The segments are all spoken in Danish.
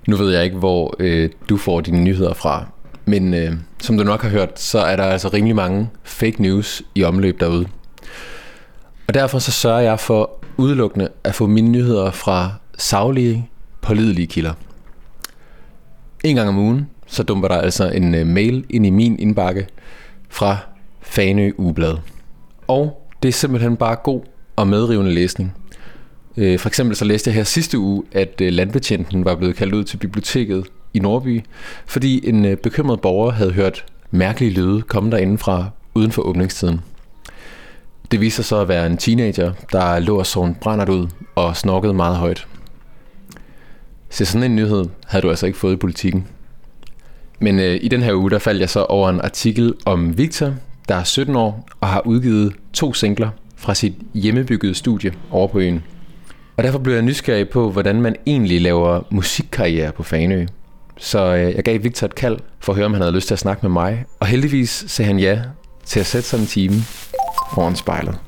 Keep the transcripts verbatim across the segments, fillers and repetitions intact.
Nu ved jeg ikke, hvor øh, du får dine nyheder fra, men øh, som du nok har hørt, så er der altså rimelig mange fake news i omløb derude. Og derfor så sørger jeg for udelukkende at få mine nyheder fra saglige, pålidelige kilder. En gang om ugen, så dumper der altså en øh, mail ind i min indbakke fra Fanø Ugeblad. Og det er simpelthen bare god og medrivende læsning. For eksempel så læste jeg her sidste uge, at landbetjenten var blevet kaldt ud til biblioteket i Nordby, fordi en bekymret borger havde hørt mærkelige lyde komme derinde fra uden for åbningstiden. Det viste sig så at være en teenager, der lå og så brændert ud og snorkede meget højt. Så sådan en nyhed havde du altså ikke fået i Politikken. Men øh, i den her uge, der faldt jeg så over en artikel om Victor, der er sytten år og har udgivet to singler fra sit hjemmebyggede studie over på øen. Og derfor blev jeg nysgerrig på, hvordan man egentlig laver musikkarriere på Fanø. Så øh, jeg gav Victor et kald for at høre, om han havde lyst til at snakke med mig. Og heldigvis sagde han ja til at sætte sig en time foran spejlet.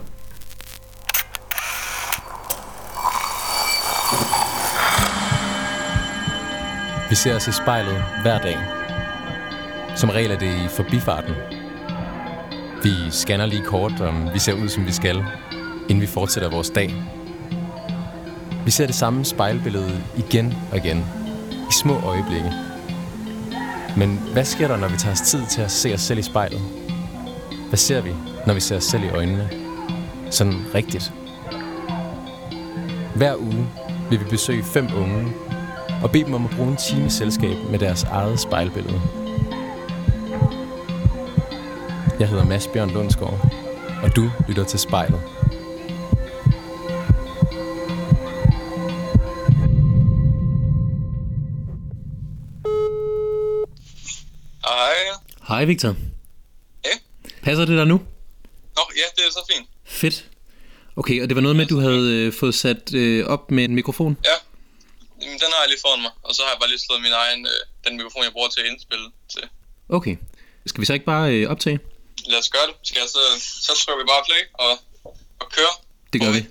Vi ser os i spejlet hver dag. Som regel er det i forbifarten. Vi scanner lige kort, om vi ser ud, som vi skal, inden vi fortsætter vores dag. Vi ser det samme spejlbillede igen og igen, i små øjeblikke. Men hvad sker der, når vi tager os tid til at se os selv i spejlet? Hvad ser vi, når vi ser os selv i øjnene? Sådan rigtigt. Hver uge vil vi besøge fem unge og bede dem om at bruge en time selskab med deres eget spejlbillede. Jeg hedder Mads Bjørn Lundsgaard, og du lytter til Spejlet. Hej. Hej Victor. Ja? Passer det der nu? Nå, ja, det er så fint. Fedt. Okay, og det var noget med, at du havde øh, fået sat øh, op med en mikrofon? Ja, den har jeg lige foran mig, og så har jeg bare lige slået min egen, øh, den mikrofon, jeg bruger til at indspille til. Okay. Skal vi så ikke bare øh, optage? Lad os gøre det. Skal jeg så, så trykker vi bare play og, og kører. Det gør vi.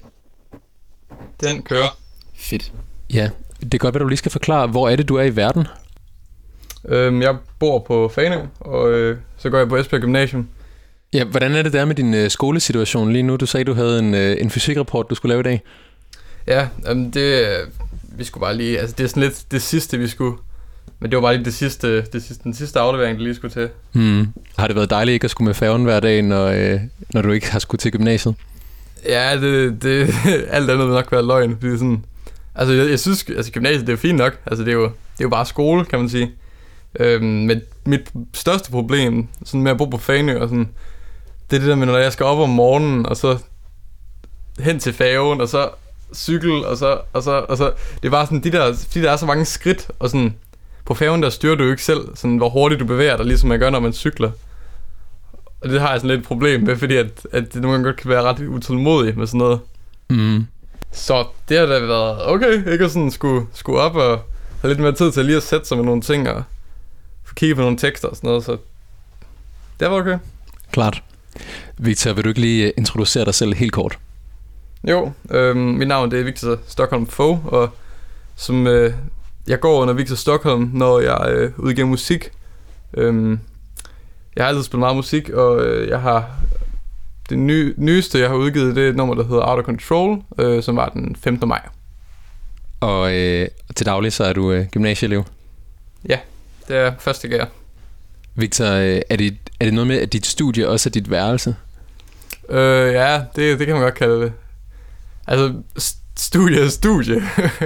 Den kører. Fedt. Ja, det er godt, at du lige skal forklare, hvor er det, du er i verden? Øhm, jeg bor på Fanø, og øh, så går jeg på Esbjerg Gymnasium. Ja, hvordan er det der med din øh, skolesituation lige nu? Du sagde, du havde en, øh, en fysikrapport, du skulle lave i dag. Ja, øhm, det øh, vi skulle bare lige, altså det er sådan lidt det sidste, vi skulle, men det var bare lige det sidste, det sidste, den sidste aflevering, der lige skulle til. Hmm. Har det været dejligt ikke at skulle med færgen hver dag, når, øh, når du ikke har skulle til gymnasiet? Ja, det, det alt andet vil nok være løgn, fordi sådan, altså jeg, jeg synes, altså gymnasiet, det er jo fint nok, altså det er jo, det er jo bare skole, kan man sige. Øhm, men mit største problem sådan med at bo på Fanø og sådan, det er det der med, når jeg skal op om morgenen og så hen til færgen og så cykel og så og så og så det er bare sådan de der, fordi der er så mange skridt, og sådan på færgen der styrer du jo ikke selv sådan hvor hurtigt du bevæger dig, ligesom man gør når man cykler. Og det har jeg sådan lidt et problem med, fordi at, at det nogle gange godt kan være ret utålmodig med sådan noget. Mm. Så det har da været okay, ikke at sådan skulle, skulle op og have lidt mere tid til lige at sætte sig med nogle ting og få kigge på nogle tekster og sådan noget, så det var okay. Klart. Victor, vil du ikke lige introducere dig selv helt kort? Jo, øh, mit navn det er Victor Stockholm Fogh, og som øh, jeg går under Victor Stockholm, når jeg øh, udgiver musik. Øh, jeg har altid spillet meget musik, og øh, jeg har det nye, nyeste, jeg har udgivet, det er et nummer, der hedder Out of Control, øh, som var den femte maj. Og øh, til daglig så er du øh, gymnasieelev? Ja, det er første gær. Victor, øh, er, det, er det noget med, at dit studie også er dit værelse? Øh, ja, det, det kan man godt kalde det. Altså, studie er studie.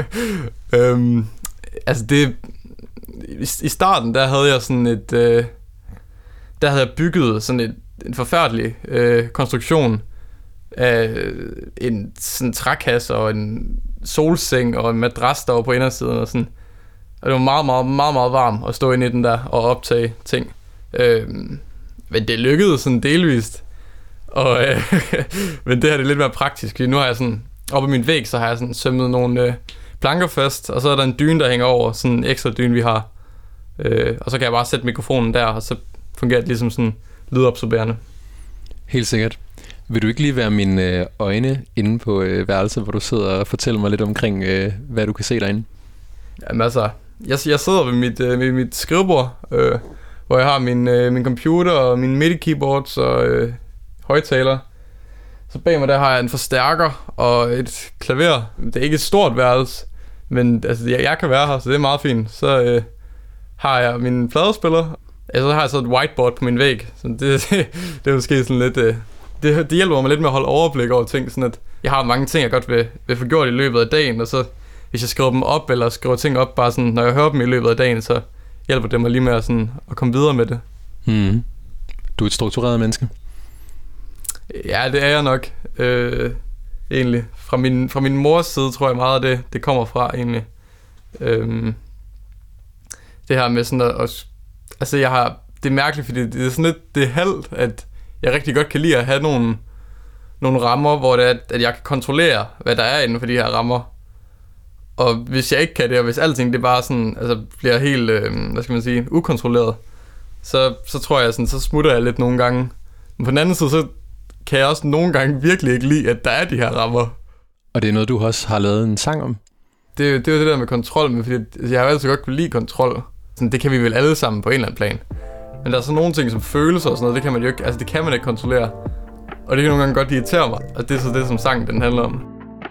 øhm, altså, det... I, I starten, der havde jeg sådan et... Øh, der havde jeg bygget sådan et, en forfærdelig øh, konstruktion af en sådan trækasse og en solseng og en madras, der var på indersiden og sådan. Og det var meget, meget, meget, meget varmt at stå inde i den der og optage ting. Øhm, men det lykkedes sådan delvist. Og, øh, men det her det er lidt mere praktisk. Nu har jeg sådan, oppe i min væg, så har jeg sådan sømmet nogle øh, planker fast, og så er der en dyne, der hænger over, sådan en ekstra dyne, vi har. Øh, og så kan jeg bare sætte mikrofonen der, og så fungerer det ligesom sådan lydabsorberende. Helt sikkert. Vil du ikke lige være mine øjne inde på øh, værelset, hvor du sidder og fortæller mig lidt omkring, øh, hvad du kan se derinde? Jamen altså, jeg, jeg sidder ved mit, øh, ved mit skrivebord, øh, hvor jeg har min, øh, min computer og min MIDI-keyboards og øh, højttaler. Så bag mig der har jeg en forstærker og et klaver. Det er ikke et stort værelse, men altså, jeg, jeg kan være her, så det er meget fint. Så øh, har jeg min pladespiller, altså, så har jeg så et whiteboard på min væg. Så det, det, det er måske sådan lidt... Øh, det, det hjælper mig lidt med at holde overblik over ting, sådan at jeg har mange ting, jeg godt vil, vil få gjort i løbet af dagen, og så hvis jeg skriver dem op, eller skriver ting op, bare sådan, når jeg hører dem i løbet af dagen, så hjælper det mig lige med at, sådan, at komme videre med det. Mm. Du er et struktureret menneske. Ja, det er jeg nok. Øh, egentlig. Fra min, fra min mors side, tror jeg meget af det, det kommer fra, egentlig. Øh, det her med sådan at, at... Altså, jeg har... Det er mærkeligt, fordi det er sådan lidt... Det er halvt, at jeg rigtig godt kan lide at have nogle, nogle rammer, hvor det er, at jeg kan kontrollere, hvad der er inden for de her rammer. Og hvis jeg ikke kan det, og hvis alting det bare sådan, altså bliver helt, øh, hvad skal man sige, ukontrolleret, så, så tror jeg sådan, så smutter jeg lidt nogle gange. Men på den anden side, så kan jeg også nogle gange virkelig ikke lide, at der er de her rammer. Og det er noget, du også har lavet en sang om? Det, det er jo det der med kontrol, men fordi jeg har jo altid godt kunne lide kontrol. Sådan, det kan vi vel alle sammen på en eller anden plan. Men der er sådan nogle ting som følelser og sådan noget, det kan man jo ikke, altså det kan man ikke kontrollere. Og det kan nogle gange godt irritere mig, og det er så det, som sangen den handler om.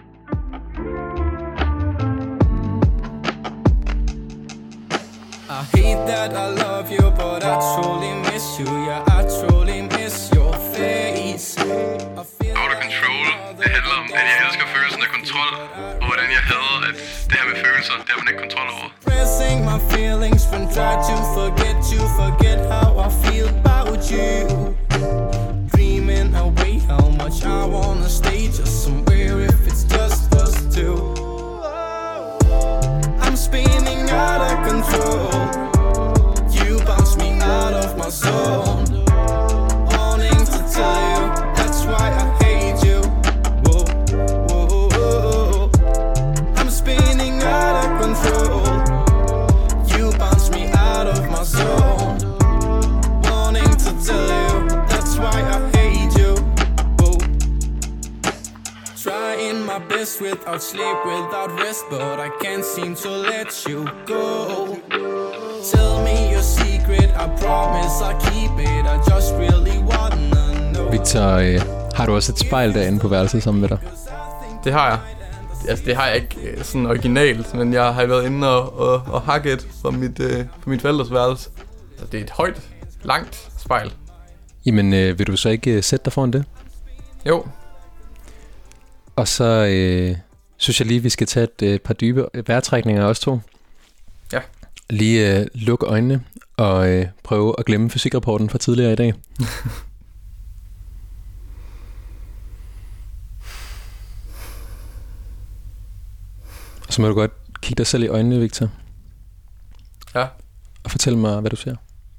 I hate that I love you, but I truly miss you. Yeah, I truly miss your face. Out of control. Det handler om, at jeg elsker følelsen af kontrol, og hvordan jeg hader, at det her med følelser, det har man ikke kontrol over. Pressing my feelings when try to forget you, forget how I feel about you. Dreaming away how much I wanna stay just somewhere if it's just us two. I'm spinning out of control. You bounce me out of my zone. Wanting to tell you that's why I hate you. Whoa, whoa, whoa. I'm spinning out of control. You bounce me out of my zone. Wanting to tell you that's why I hate you. Whoa. Trying my best without sleep, without rest, but I can't seem to let you go. Tell me your secret, I promise I'll keep it. I just really wanna know. Victor, øh, har du også et spejl derinde på værelset sammen med dig? Det har jeg. Altså, det har jeg ikke sådan originalt, men jeg har været inde og, og, og hakke et på mit, øh, på mit forældres værelse. Så det er et højt, langt spejl. Jamen, øh, vil du så ikke øh, sætte dig foran det? Jo. Og så øh, synes jeg lige, vi skal tage et øh, par dybe vejrtrækninger også to. Ja. Lige øh, lukke øjnene og øh, prøve at glemme fysikrapporten fra tidligere i dag. Og så må du godt kigge dig selv i øjnene, Victor. Ja. Og fortæl mig, hvad du ser.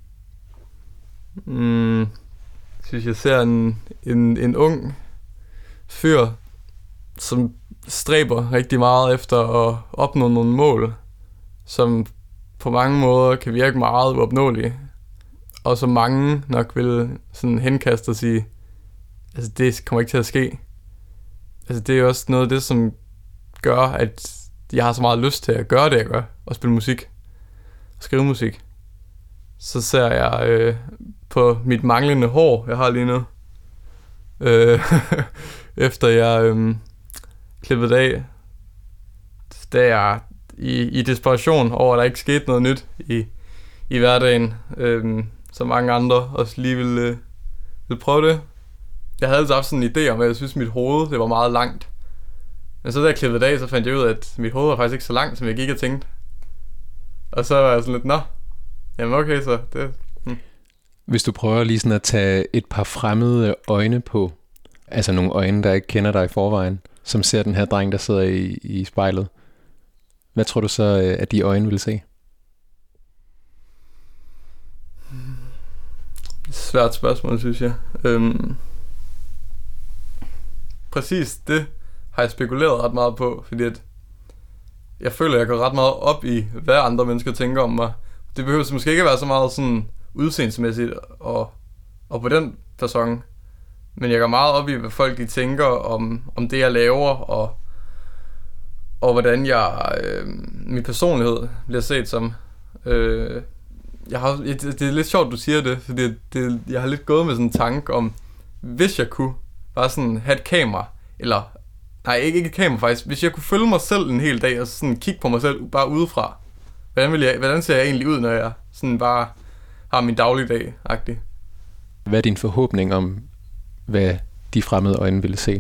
Mm, jeg synes, jeg ser en, en, en ung fyr, som stræber rigtig meget efter at opnå nogle mål, som på mange måder kan virke meget uopnåelige, og som mange nok vil sådan henkaste og sige, altså det kommer ikke til at ske. Altså det er jo også noget af det, som gør, at jeg har så meget lyst til at gøre det, jeg gør, og spille musik, og skrive musik. Så ser jeg øh, på mit manglende hår, jeg har lige nu, øh, efter jeg øh, klippede af, da jeg i, i desperation over, at der ikke skete noget nyt i, i hverdagen, øh, så mange andre også lige ville, øh, ville prøve det. Jeg havde altid haft sådan en idé om, at jeg synes, mit hoved det var meget langt. Men så da jeg klippede af, så fandt jeg ud af, at mit hoved var faktisk ikke så langt, som jeg gik og tænkte. Og så var jeg sådan lidt, nå, jamen okay så. Det, hm. Hvis du prøver lige sådan at tage et par fremmede øjne på, altså nogle øjne, der ikke kender dig i forvejen, som ser den her dreng, der sidder i, i spejlet. Hvad tror du så, at de øjne vil se? Svært spørgsmål, synes jeg. Øhm, præcis det har jeg spekuleret ret meget på, fordi at jeg føler, at jeg går ret meget op i, hvad andre mennesker tænker om mig. Det behøver måske ikke at være så meget sådan udseendsmæssigt og, og på den facon, men jeg går meget op i, hvad folk de tænker om, om det, jeg laver, og, og hvordan jeg, øh, min personlighed bliver set som. Øh, jeg har, det, det er lidt sjovt, du siger det, fordi det, jeg har lidt gået med sådan en tanke om, hvis jeg kunne bare sådan have et kamera, eller, nej, ikke, ikke et kamera faktisk, hvis jeg kunne følge mig selv en hel dag, og sådan kigge på mig selv bare udefra, hvordan, vil jeg, hvordan ser jeg egentlig ud, når jeg sådan bare har min dagligdag-agtig? Hvad er din forhåbning om, hvad de fremmede øjne ville se?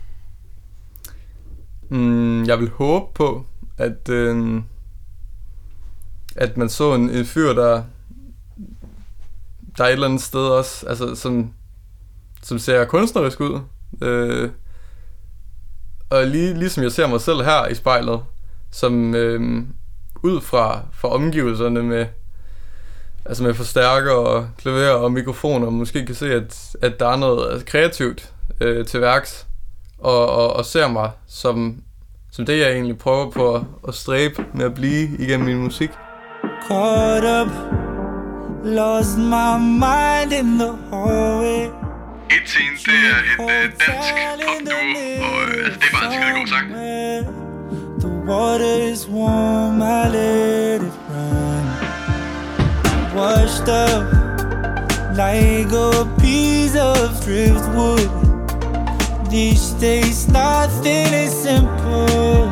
Mm, jeg vil håbe på, at, øh, at man så en, en fyr, der, der er et eller andet sted også, altså som, som ser kunstnerisk ud. Øh, og lige, ligesom jeg ser mig selv her i spejlet, som øh, ud fra, fra omgivelserne med, altså med forstærker og klaver og mikrofoner, måske kan se, at, at der er noget kreativt øh, til værks, og, og, og ser mig som, som det, jeg egentlig prøver på at, at stræbe med at blive igennem min musik. Caught up, lost my mind in the hallway. eighteen, det er et øh, dansk popduo, og øh, altså, det er bare en skide god sang. The water is warm, I let it run. Washed up like a piece of driftwood. These days nothing is simple.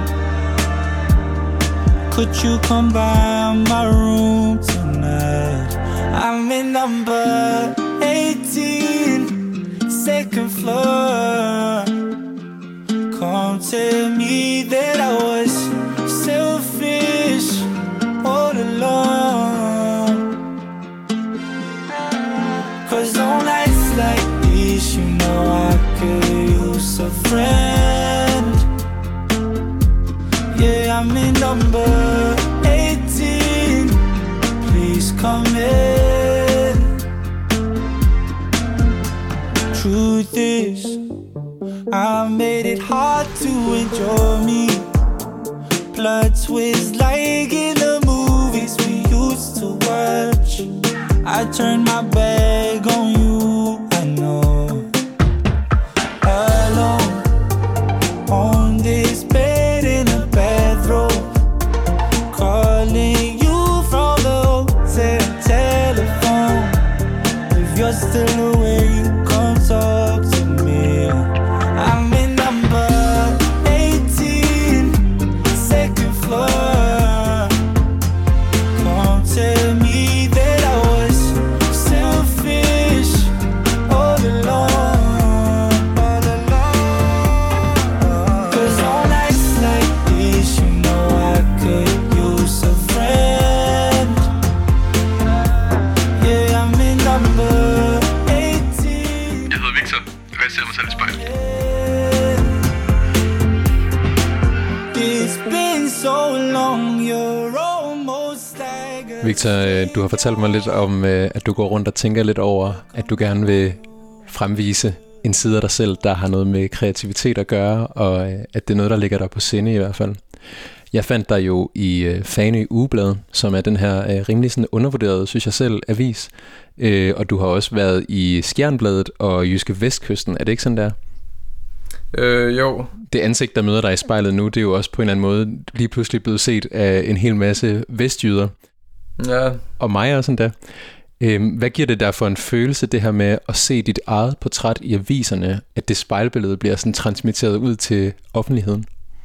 Could you come by my room tonight? I'm in number eighteen, second floor. Come tell me that I was selfish all along. Cause on nights like this, you know I could use a friend. Yeah, I'm in number eighteen. Please come in. Truth is, I made it hard to enjoy me. Plot twist like in the movies we used to watch. I turned my back on you, I know. Alone on this bed in a bathrobe, calling you from the hotel telephone. If you're still awake, come talk to me. I'm in number eighteen, second floor. Come tell me that I was selfish all along, all along. Cause on nights like this, you know I could use a friend. Yeah, I'm in number eighteen. Jeg hedder Victor, og jeg ser mig selv i spejlet. It's been so long, you're almost like a Victor, øh, du har fortalt mig lidt om, øh, at du går rundt og tænker lidt over, at du gerne vil fremvise en side af dig selv, der har noget med kreativitet at gøre, og øh, at det er noget, der ligger dig på sinde i hvert fald. Jeg fandt dig jo i øh, Fanø Ugeblad, som er den her øh, rimelig sådan undervurderede, synes jeg selv, avis. Øh, og du har også været i Skjernbladet og Jyske Vestkysten. Er det ikke sådan der? Øh, jo. Det ansigt, der møder dig i spejlet nu, det er jo også på en eller anden måde lige pludselig blevet set af en hel masse vestjyder. Ja. Og mig og sådan der. Øhm, hvad giver det der for en følelse, det her med at se dit eget portræt i aviserne, at det spejlbillede bliver sådan transmitteret ud til offentligheden?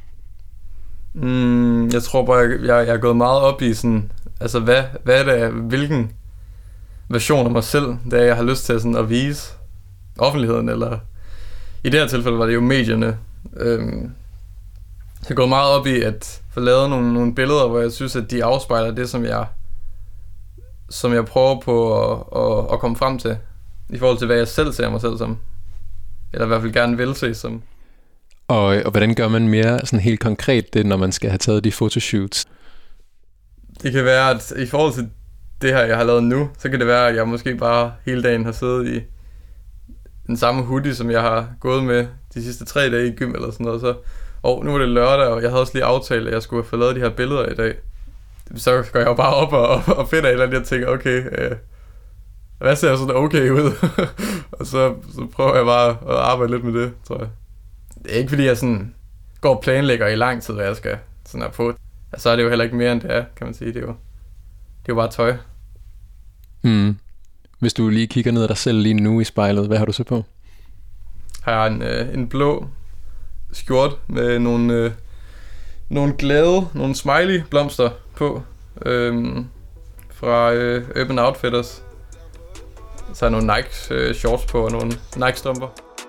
Mm, jeg tror bare, jeg, jeg, jeg er gået meget op i sådan, altså hvad, hvad er det, hvilken version af mig selv, der jeg har lyst til sådan at vise offentligheden, eller i det her tilfælde var det jo medierne. Øhm, jeg er gået meget op i at få lavet nogle, nogle billeder, hvor jeg synes, at de afspejler det, som jeg, som jeg prøver på at, at, at komme frem til, i forhold til, hvad jeg selv ser mig selv som, eller i hvert fald gerne vil se som. Og, og hvordan gør man mere sådan helt konkret det, når man skal have taget de fotoshoots? Det kan være, at i forhold til det her, jeg har lavet nu, så kan det være, at jeg måske bare hele dagen har siddet i den samme hoodie, som jeg har gået med de sidste tre dage i gym eller sådan noget. Så, og nu er det lørdag, og jeg havde også lige aftalt, at jeg skulle få lavet de her billeder i dag. Så går jeg jo bare op og, og, og finder et eller andet, jeg tænker, okay, øh, hvad ser sådan okay ud? Og så, så prøver jeg bare at arbejde lidt med det, tror jeg. Det er ikke fordi, jeg sådan går og planlægger i lang tid, hvad jeg skal sådan er på. Og så er det jo heller ikke mere end det er, kan man sige. Det er jo, det er jo bare tøj. Mm. Hvis du lige kigger ned ad dig selv lige nu i spejlet, hvad har du så på? Har jeg en, øh, en blå skjort med nogle, øh, nogle glade, nogle smiley blomster på. Øhm, fra øh, Urban Outfitters. Så har jeg nogle Nike øh, shorts på og nogle Nike strømper.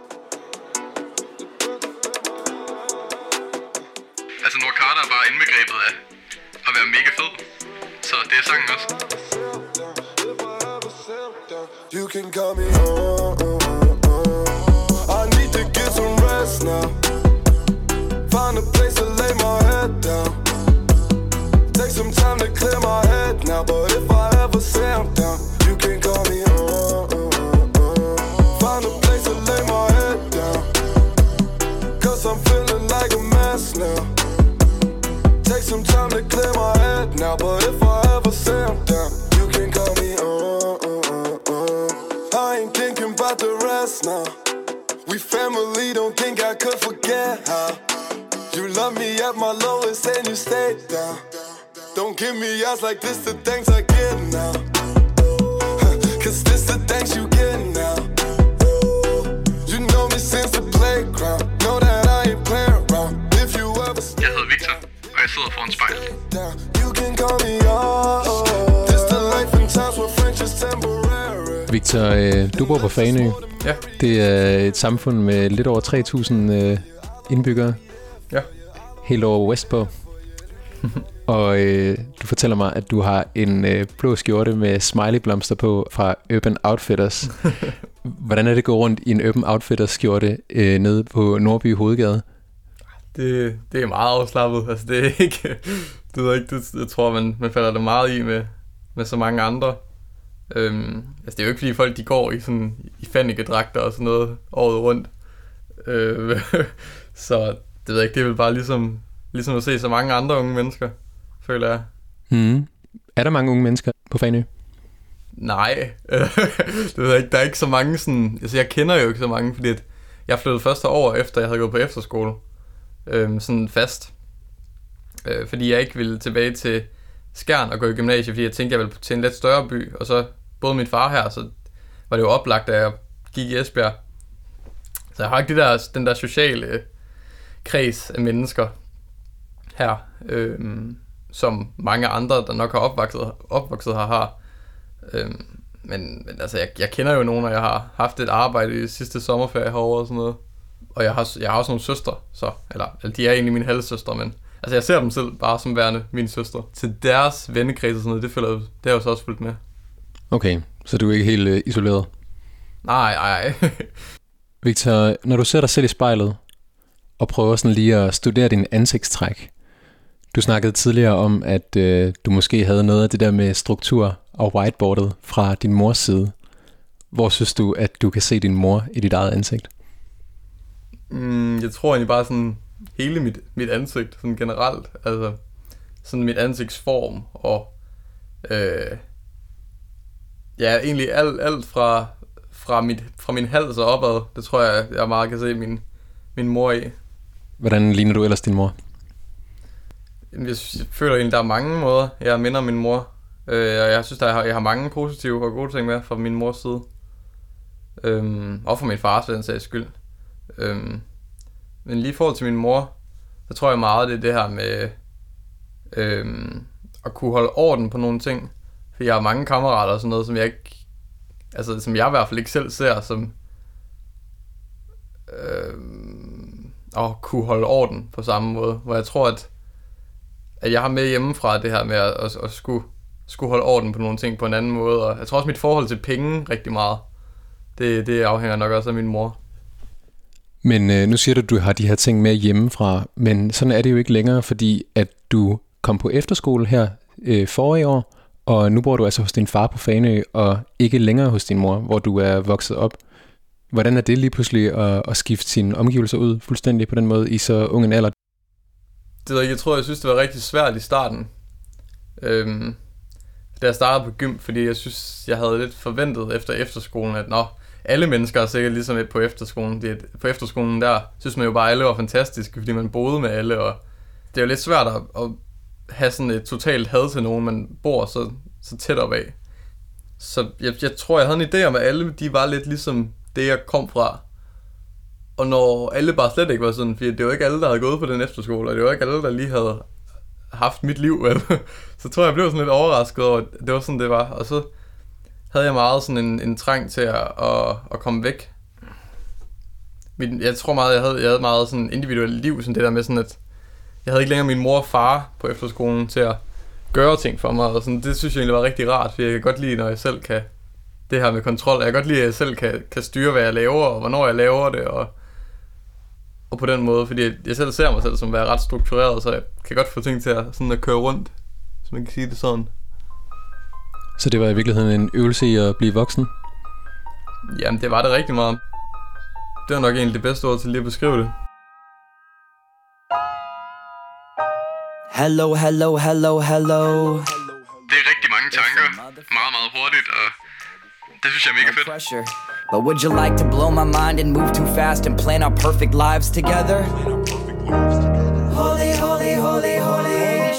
Altså Noah Carter er bare indbegrebet af at være mega fed. Så det er sangen også. You can call me on. I need to get some rest now. Find a place to lay my head down. Take some time to clear my head now. But if I ever say I'm down, you can call me on. Find a place to lay my head down. Cause I'm feeling like a mess now. Take some time to clear my head now. But if I ever say I'm down, you can call me on. I ain't thinking about the rest now. We family, don't think I could forget how you love me at my lowest and you stayed down. Don't give me eyes like this, the thanks I get now. Cause this the thanks you get now. You know me since the playground. Know that I ain't playing around. If you ever Jeg hedder Victor, og jeg sidder foran spejlet. down, you can call me on. This the life and times where French is temporary. Victor, øh, du bor på Fanø. Ja. Det er et samfund med lidt over tre tusind øh, indbyggere. Ja. Helt over vestpå. Og øh, du fortæller mig, at du har en øh, blå skjorte med smiley-blomster på fra Urban Outfitters. Hvordan er det at gå rundt i en Urban Outfitters skjorte øh, nede på Nordby Hovedgade? Det, det er meget afslappet. Altså, det er ikke... Det ved ikke, det, jeg tror, man, man falder det meget i med, med så mange andre. Øhm, altså, det er jo ikke, fordi folk de går i sådan i fannikedragter og sådan noget året rundt. Øh, så det ved jeg ikke, det er vel bare ligesom, ligesom at se så mange andre unge mennesker, føler jeg. Mm. Er der mange unge mennesker på Fanø? Nej, det ved jeg ikke. Der er ikke så mange sådan... Altså, jeg kender jo ikke så mange, fordi at jeg flyttede første år efter, jeg havde gået på efterskole. Øhm, sådan fast. Øh, fordi jeg ikke ville tilbage til Skjern og gå i gymnasiet, fordi jeg tænkte, jeg ville til en lidt større by. Og så boede min far her, så var det jo oplagt, da jeg gik i Esbjerg. Så jeg har ikke det der, den der sociale kreds af mennesker her, øhm, som mange andre, der nok har opvokset, opvokset her, har. Øhm, men, men altså, jeg, jeg kender jo nogen, og jeg har haft et arbejde i sidste sommerferie herovre og sådan noget. Og jeg har, jeg har også nogle søstre, så, eller, eller de er egentlig mine halvsøstre, men altså, jeg ser dem selv bare som værende mine søstre. Til deres vennekreds og sådan noget, det, føler, det har jeg jo så også fulgt med. Okay, så du er ikke helt øh, isoleret? Nej, nej. Victor, når du ser dig selv i spejlet og prøver sådan lige at studere din ansigtstræk. Du snakkede tidligere om, at øh, du måske havde noget af det der med struktur og whiteboardet fra din mors side. Hvor synes du, at du kan se din mor i dit eget ansigt? Mm, jeg tror egentlig bare sådan hele mit, mit ansigt, sådan generelt. Altså sådan mit ansigtsform og øh, ja, egentlig alt, alt fra, fra, mit, fra min hals og opad. Det tror jeg, jeg meget kan se min, min mor i. Hvordan ligner du ellers din mor? Jeg føler egentlig, der er mange måder, jeg minder min mor. Øh, og jeg synes, der er, jeg har mange positive og gode ting med fra min mors side. Øhm, og fra min fars, for den sags skyld. Øhm, men lige i forhold til min mor, så tror jeg meget, det er det her med øhm, at kunne holde orden på nogle ting. For jeg har mange kammerater og sådan noget, som jeg ikke, altså som jeg i hvert fald ikke selv ser som øhm, at kunne holde orden på samme måde. Hvor jeg tror, at, at jeg har med hjemmefra det her med at, at, at skulle, skulle holde orden på nogle ting på en anden måde. Og jeg tror også, mit forhold til penge rigtig meget, det, det afhænger nok også af min mor. Men øh, nu siger du, at du har de her ting med hjemmefra, men sådan er det jo ikke længere, fordi at du kom på efterskole her øh, forrige år, og nu bor du altså hos din far på Fanø, og ikke længere hos din mor, hvor du er vokset op. Hvordan er det lige pludselig at, at skifte sine omgivelser ud fuldstændig på den måde i så ung en alder? Det ved jeg, jeg tror, jeg synes, det var rigtig svært i starten. Øhm, da jeg startede på gym, fordi jeg synes, jeg havde lidt forventet efter efterskolen, at nå, alle mennesker er sikkert ligesom på efterskolen. Det, på efterskolen der synes man jo bare, at alle var fantastiske, fordi man boede med alle, og det er jo lidt svært at, at have sådan et totalt had til nogen, man bor så, så tæt op af. Så jeg, jeg tror, jeg havde en idé om, at alle de var lidt ligesom det, jeg kom fra. Og når alle bare slet ikke var sådan, fordi det var ikke alle, der havde gået på den efterskole, og det var ikke alle, der lige havde haft mit liv, så tror jeg, jeg blev sådan lidt overrasket over, at det var sådan, det var. Og så havde jeg meget sådan en, en trang til at, at, at komme væk. Min, jeg tror meget, jeg havde, jeg havde meget sådan individuelt liv, sådan det der med sådan, at jeg havde ikke længere min mor og far på efterskolen til at gøre ting for mig, og sådan, det synes jeg egentlig var rigtig rart, for jeg kan godt lide, når jeg selv kan, det her med kontrol, jeg kan godt lide, at jeg selv kan, kan styre, hvad jeg laver, og hvornår jeg laver det, og, og på den måde, fordi jeg selv ser mig selv som at være ret struktureret, så jeg kan godt få ting til at, sådan at køre rundt, hvis man kan sige det sådan. Så det var i virkeligheden en øvelse i at blive voksen? Jamen, det var det rigtig meget. Det var nok egentlig det bedste ord til lige at beskrive det. Hello, hello, hello, hello. Det er rigtig mange tanker, meget, meget hurtigt, og det synes jeg er mega fedt. Pressure. But would you like to blow my mind and move too fast and plan our perfect lives together? Holy, holy, holy, holy.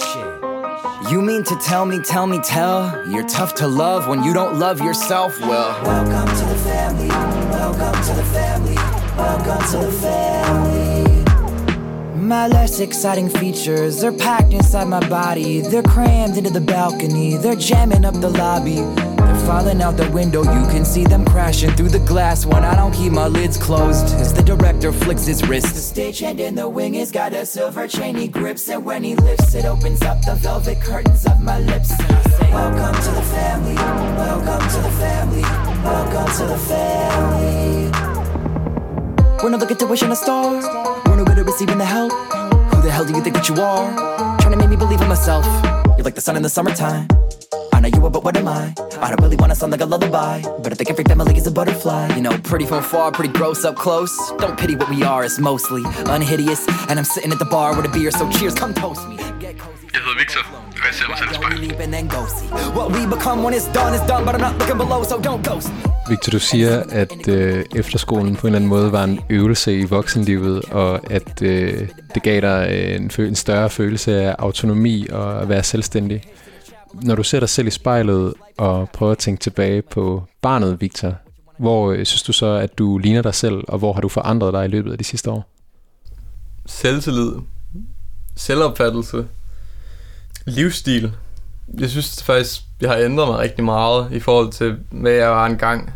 You mean to tell me, tell me, tell you're tough to love when you don't love yourself? Well, welcome to the family. Welcome to the family. Welcome to the family. My less exciting features are packed inside my body. They're crammed into the balcony. They're jamming up the lobby. They're falling out the window. You can see them crashing through the glass when I don't keep my lids closed as the director flicks his wrist. The stagehand in the wing has got a silver chain he grips, and when he lifts it opens up the velvet curtains of my lips. And I say, welcome to the family. Welcome to the family. Welcome to the family. We're no looking to wish on a star. We're no good at receiving the help. Who the hell do you think that you are? Trying to make me believe in myself. You're like the sun in the summertime. I know you are, but what am I? I don't really want to sound like a lullaby, but I think every family is a butterfly. You know, pretty from afar, pretty gross up close. Don't pity what we are, it's mostly unhideous. And I'm sitting at the bar with a beer, so cheers, come toast me. Get cozy. Jeg hedder Victor, og jeg ser mig selv i spejlet. What we become when it's done is done, but I'm not looking below, so don't ghost me. Victor, du siger, at øh, efterskolen på en eller anden måde var en øvelse i voksenlivet, og at øh, det gav dig øh, en, en større følelse af autonomi og at være selvstændig. Når du ser dig selv i spejlet og prøver at tænke tilbage på barnet Victor, hvor øh, synes du så, at du ligner dig selv, og hvor har du forandret dig i løbet af de sidste år? Selvtillid, selvopfattelse, livsstil. Jeg synes faktisk, jeg har ændret mig rigtig meget i forhold til, hvad jeg var engang.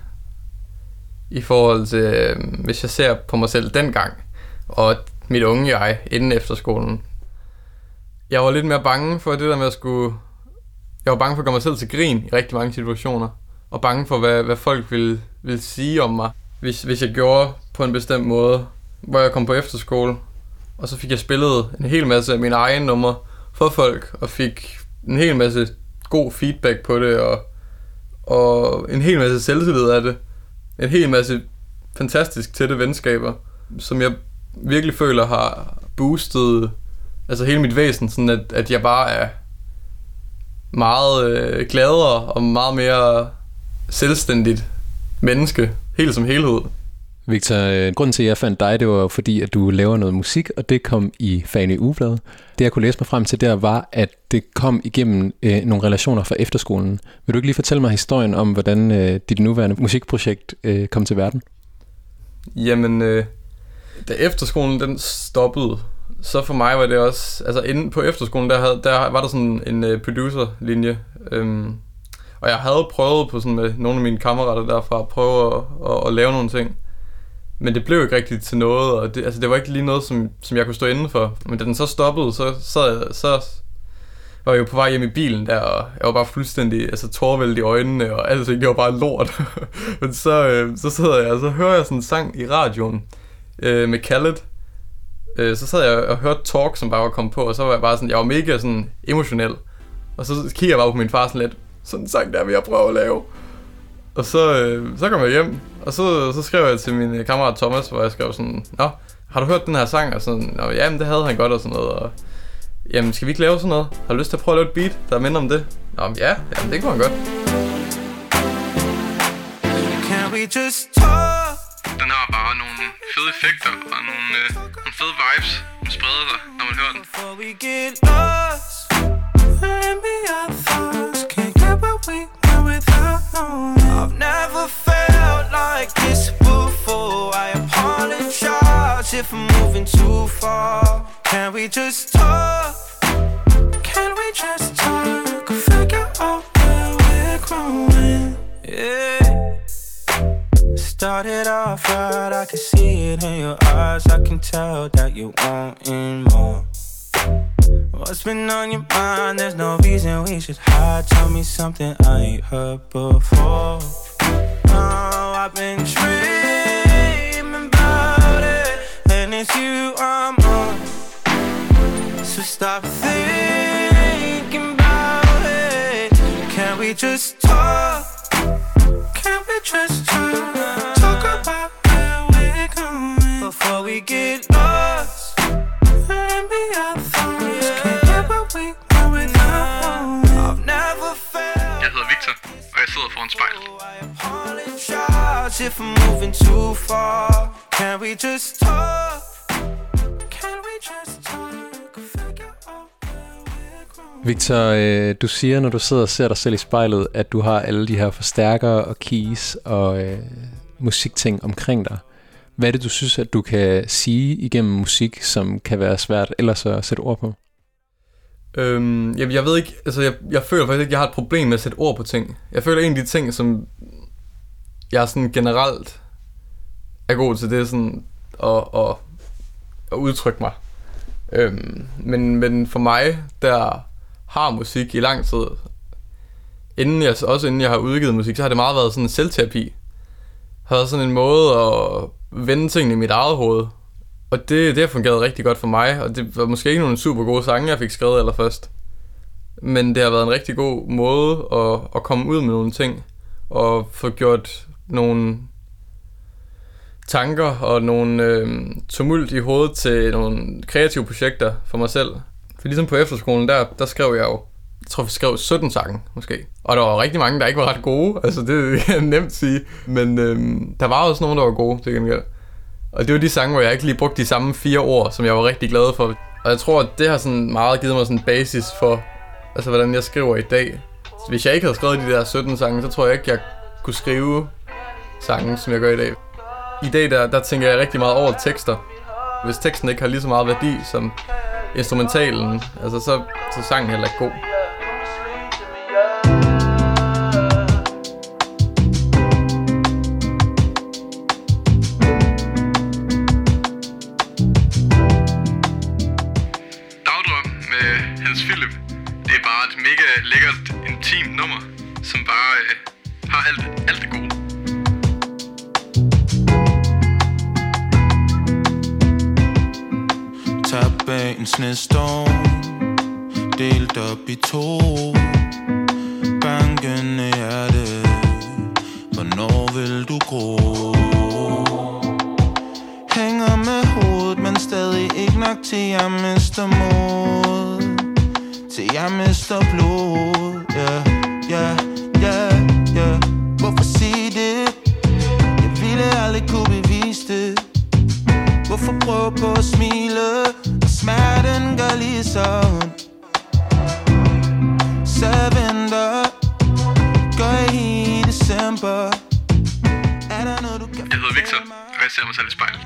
I forhold til, øh, hvis jeg ser på mig selv dengang, og mit unge jeg inden efterskolen. Jeg var lidt mere bange for det der med at skulle... Jeg var bange for at gøre mig selv til grin i rigtig mange situationer. Og bange for, hvad, hvad folk ville, ville sige om mig, hvis, hvis jeg gjorde på en bestemt måde. Hvor jeg kom på efterskole, og så fik jeg spillet en hel masse af mine egne numre for folk, og fik en hel masse god feedback på det, og, og en hel masse selvtillid af det. En hel masse fantastisk tætte venskaber, som jeg virkelig føler har boostet altså hele mit væsen, sådan at, at jeg bare er meget øh, gladere og meget mere selvstændigt menneske, helt som helhed. Victor, grunden til, at jeg fandt dig, det var fordi, at du laver noget musik, og det kom i Fanø Ugeblad. Det, jeg kunne læse mig frem til der, var, at det kom igennem øh, nogle relationer fra efterskolen. Vil du ikke lige fortælle mig historien om, hvordan øh, dit nuværende musikprojekt øh, kom til verden? Jamen, øh, da efterskolen den stoppede, så for mig var det også, altså inde på efterskolen, der, havde, der var der sådan en uh, producerlinje, øhm, og jeg havde prøvet på sådan med nogle af mine kammerater derfra at prøve at, at, at lave nogle ting, men det blev ikke rigtigt til noget, og det, altså det var ikke lige noget, som, som jeg kunne stå inden for. Men da den så stoppede, så, så, så var jeg jo på vej hjem i bilen der, og jeg var bare fuldstændig altså, tårvældet i øjnene, og alt det var bare lort. Men så, øh, så sidder jeg, og så hører jeg sådan en sang i radioen øh, med Khaled. Øh, så sad jeg og hørte Talk, som bare var kommet på, og så var jeg bare sådan, jeg var mega sådan emotionel. Og så kigger jeg bare på min far sådan lidt, sådan en sang der vil jeg prøve at lave. Og så, øh, så kom jeg hjem, og så, så skrev jeg til min kammerat Thomas, hvor jeg skrev sådan, nå, har du hørt den her sang? Og sådan, nå, jamen det havde han godt og sådan noget, og jamen skal vi ikke lave sådan noget? Har du lyst til at prøve at lave et beat, der minder om det? Nå, ja, jamen det kunne han godt. Can we just talk? den har bare nogle fede effekter og nogle, øh, nogle fede vibes, som spreder sig, når man hører den. Before we get lost, let me our thoughts. Can't get what we want without knowing. I've never felt like this before. I apologize if I'm moving too far. Can we just talk? Can we just talk? Figure out where we're growing. Yeah. Started off right, I can see it in your eyes. I can tell that you wanting more. What's been on your mind? There's no reason we should hide. Tell me something I ain't heard before. Oh, I've been dreaming about it, and it's you I'm on. So stop thinking about it. Can we just talk? Can we just talk? Talk about where we're going before we get lost. Let me our thoughts. Can't get what we want without. I've never felt. Jeg hedder Victor, og jeg sidder foran spejlet. I apologize if I'm moving too far. Can we just talk? Can we just talk? Figure out where we're growing. Victor, øh, du siger, når du sidder og ser dig selv i spejlet, at du har alle de her forstærkere og keys og øh, musikting omkring dig. Hvad er det, du synes, at du kan sige igennem musik, som kan være svært ellers at sætte ord på? Øhm, jeg, jeg ved ikke, altså jeg, jeg føler faktisk ikke, at jeg har et problem med at sætte ord på ting. Jeg føler en af de ting, som jeg sådan generelt er god til, det er sådan at, at, at udtrykke mig. Øhm, men, men for mig, der har musik i lang tid, inden jeg, også inden jeg har udgivet musik, så har det meget været sådan en selvterapi. Har været sådan en måde at vende tingene i mit eget hoved. Og det, det har fungeret rigtig godt for mig, og det var måske ikke nogle super gode sange, jeg fik skrevet allerførst. Men det har været en rigtig god måde at, at komme ud med nogle ting, og få gjort nogle tanker og nogle øh, tumult i hovedet til nogle kreative projekter for mig selv. For ligesom på efterskolen, der, der skrev jeg jo, jeg tror vi skrev sytten sange måske. Og der var rigtig mange, der ikke var ret gode, altså det er nemt at sige. Men øh, der var også nogle, der var gode til gengæld. Og det var de sange, hvor jeg ikke lige brugte de samme fire ord, som jeg var rigtig glad for. Og jeg tror, at det har sådan meget givet mig sådan en basis for, altså hvordan jeg skriver i dag. Så hvis jeg ikke havde skrevet de der sytten sange, så tror jeg ikke, jeg kunne skrive sange, som jeg gør i dag. I dag, der, der tænker jeg rigtig meget over tekster. Hvis teksten ikke har lige så meget værdi som instrumentalen, altså så, så sangen heller ikke god. Mega lækkert, intimt nummer, som bare øh, har alt, alt det gode. Tag bag en snestorm, delt op i to, bankende hjerte, hvornår vil du gro? Hænger med hovedet, men stadig ikke nok til jeg mister mod. Til jeg mister blod, ja, ja, ja, ja. Hvorfor sige det? Jeg ville aldrig kunne bevise det. Hvorfor prøve på at smile, og smerten gør lige så ondt. Så venter, går i december. Er der noget du kan? Jeg hedder Victor, og jeg ser mig selv i spejlet.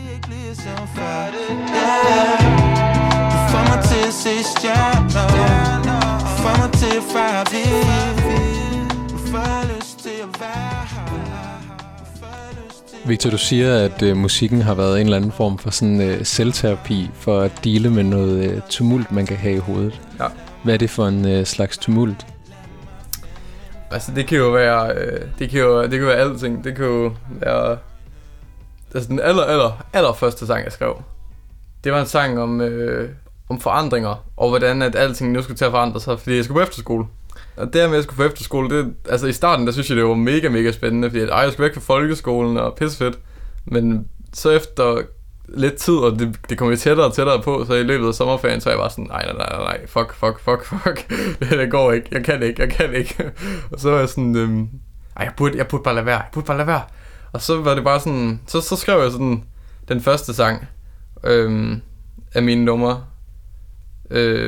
Få mig til at se stjerner, få mig til at fejre vild, få lyst til at være her. Victor, du siger, at øh, musikken har været en eller anden form for sådan øh, selvterapi for at deale med noget øh, tumult, man kan have i hovedet. Ja. Hvad er det for en øh, slags tumult? Altså det kan jo være, øh, det kan jo, det kan være alting. Det kan jo være, altså den aller, aller, aller første sang, jeg skrev. Det var en sang om, øh, om forandringer, og hvordan at alting nu skulle til at forandre sig, fordi jeg skulle på efterskole. Og det med, at jeg skulle på efterskole, det, altså i starten, der synes jeg, det var mega, mega spændende, fordi at, ej, jeg skulle væk fra folkeskolen, og pissefedt. Men så efter lidt tid, og det, det kom jo tættere og tættere på, så i løbet af sommerferien, så jeg var sådan, nej, nej, nej, nej, fuck, fuck, fuck, fuck, det går ikke, jeg kan ikke, jeg kan ikke. Og så var jeg sådan, øhm, ej, jeg burde, jeg burde bare lade være, jeg burde bare lade være. Og så var det bare sådan, så, så skrev jeg sådan den første sang øhm, af mine numre. Øh,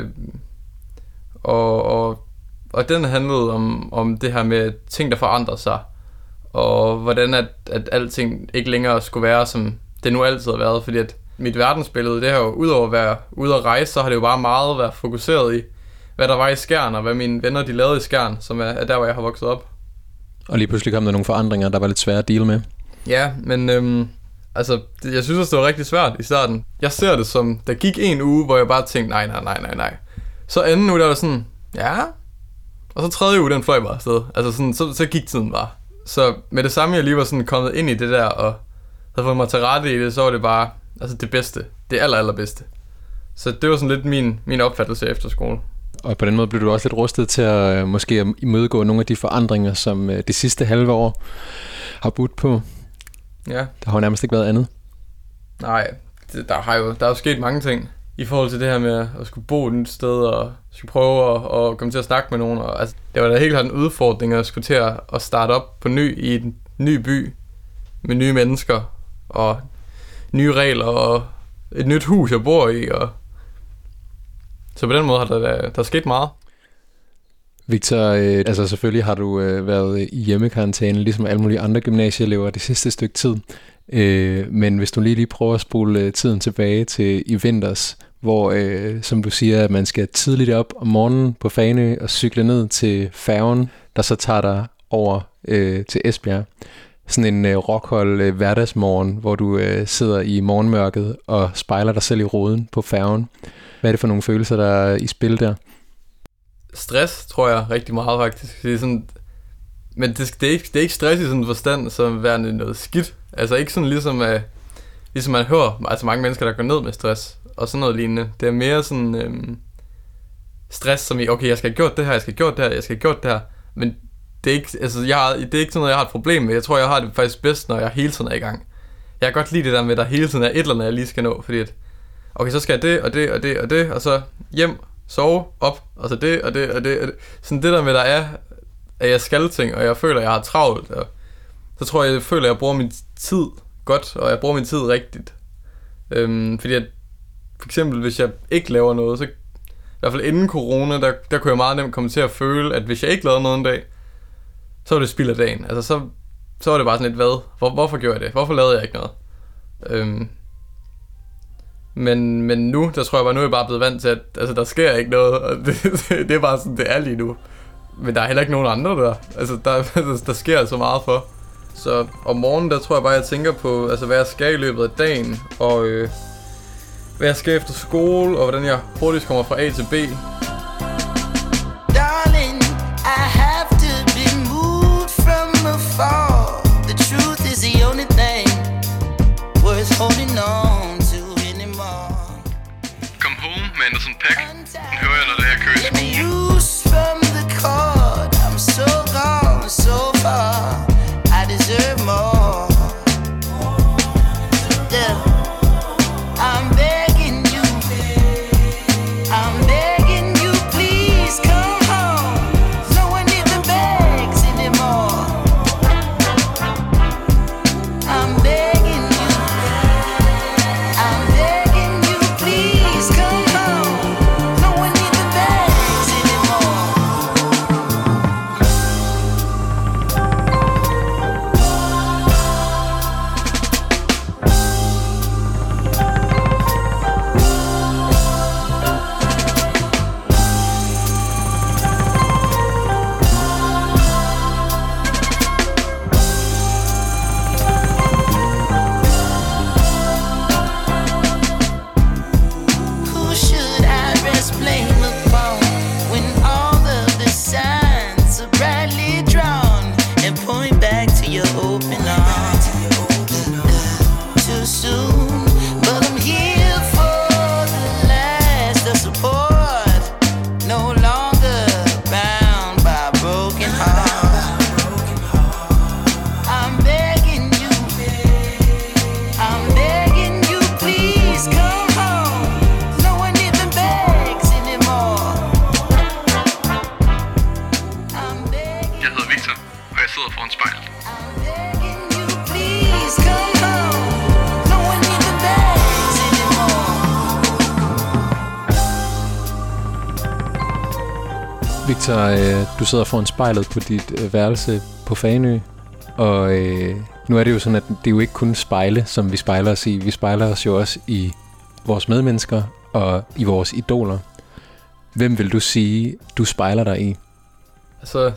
og, og, og den handlede om, om det her med ting, der forandrer sig. Og hvordan at, at alting ikke længere skulle være, som det nu altid har været. Fordi at mit verdensbillede, det har jo udover at være ude at rejse, så har det jo bare meget været fokuseret i, hvad der var i Skjern, og hvad mine venner de lavede i Skjern, som er, er der, hvor jeg har vokset op. Og lige pludselig kom der nogle forandringer, der var lidt svære at deal med. Ja, men øhm, altså, det, jeg synes også, det var rigtig svært i starten. Jeg ser det som, der gik en uge, hvor jeg bare tænkte, nej, nej, nej, nej, nej. Så anden uge, der var sådan, ja. Og så tredje uge, den fløj bare afsted. Altså sådan, så, så gik tiden bare. Så med det samme, jeg lige var sådan kommet ind i det der, og havde fået mig til rette i det, så var det bare, altså det bedste. Det aller, allerbedste. Så det var sådan lidt min, min opfattelse efter skole. Og på den måde blev du også lidt rustet til at uh, måske at imødegå nogle af de forandringer, som uh, det sidste halve år har budt på. Ja. Der har jo nærmest ikke været andet. Nej, det, der har jo der er jo sket mange ting i forhold til det her med at skulle bo et nyt sted og skulle prøve at, at komme til at snakke med nogen. Og, altså, det var da helt klart en udfordring at skulle til at, at starte op på ny i en ny by med nye mennesker og nye regler og et nyt hus jeg bor i. Og så på den måde har der, der, der sket meget. Victor, øh, altså selvfølgelig har du øh, været i hjemmekarantæne, ligesom alle mulige andre gymnasieelever det sidste stykke tid. Øh, men hvis du lige lige prøver at spole øh, tiden tilbage til i vinters, hvor, øh, som du siger, at man skal tidligt op om morgenen på Fanø og cykle ned til færgen, der så tager dig over øh, til Esbjerg. Sådan en øh, rockhold øh, hverdagsmorgen, hvor du øh, sidder i morgenmørket og spejler dig selv i roden på færgen. Hvad er det for nogle følelser, der er i spil der? Stress, tror jeg, rigtig meget faktisk. Det er sådan, men det, det, er ikke, det er ikke stress i sådan en forstand, som værende noget skidt. Altså ikke sådan ligesom, uh, ligesom man hører, altså mange mennesker, der går ned med stress, og sådan noget lignende. Det er mere sådan øhm, stress, som i, okay, jeg skal have gjort det her, jeg skal have gjort det her, jeg skal have gjort det her. Men det er ikke, altså, jeg har, det er ikke sådan noget, jeg har et problem med. Jeg tror, jeg har det faktisk bedst, når jeg hele tiden er i gang. Jeg kan godt lide det der med, at der hele tiden er et eller andet, jeg lige skal nå, fordi at, okay, så skal jeg det, og det, og det, og det, og så hjem, sove, op, og så det, og det, og det, og det. Sådan det der med, der er, at jeg skal ting, og jeg føler, at jeg har travlt, og så tror jeg, jeg føler, at jeg bruger min tid godt, og jeg bruger min tid rigtigt. Øhm, fordi at, for eksempel, hvis jeg ikke laver noget, så i hvert fald inden corona, der, der kunne jeg meget nemt komme til at føle, at hvis jeg ikke lavede noget en dag, så var det spild af dagen. Altså, så, så var det bare sådan lidt, hvad? Hvor, hvorfor gjorde jeg det? Hvorfor lavede jeg ikke noget? Øhm, Men, men nu, der tror jeg bare, nu er jeg bare blevet vant til, at altså, der sker ikke noget, og det, det er bare sådan, det er lige nu. Men der er heller ikke nogen andre der, altså der, der, der sker så meget for. Så om morgenen, der tror jeg bare, jeg tænker på, altså hvad jeg skal i løbet af dagen, og øh, hvad jeg skal efter skole, og hvordan jeg hurtigt kommer fra A til B. Darling, I have to be moved from afar. The truth is the only thing worth holding on to. Come Home med Anderson .Paak. Den hører jeg, når det er, jeg kører i skole. Loose from the cord, I'm so gone, so far. I deserve more. Yeah. I'm begging you, I'm begging you, please come home. No one needs the bags anymore. I'm begging you, I'm begging you, please come home. No one needs the bags. Victor, øh, du sidder foran spejlet på dit øh, værelse på Fanø, og øh, nu er det jo sådan, at det er jo ikke kun spejle, som vi spejler os i. Vi spejler os jo også i vores medmennesker og i vores idoler. Hvem vil du sige, du spejler dig i? Altså,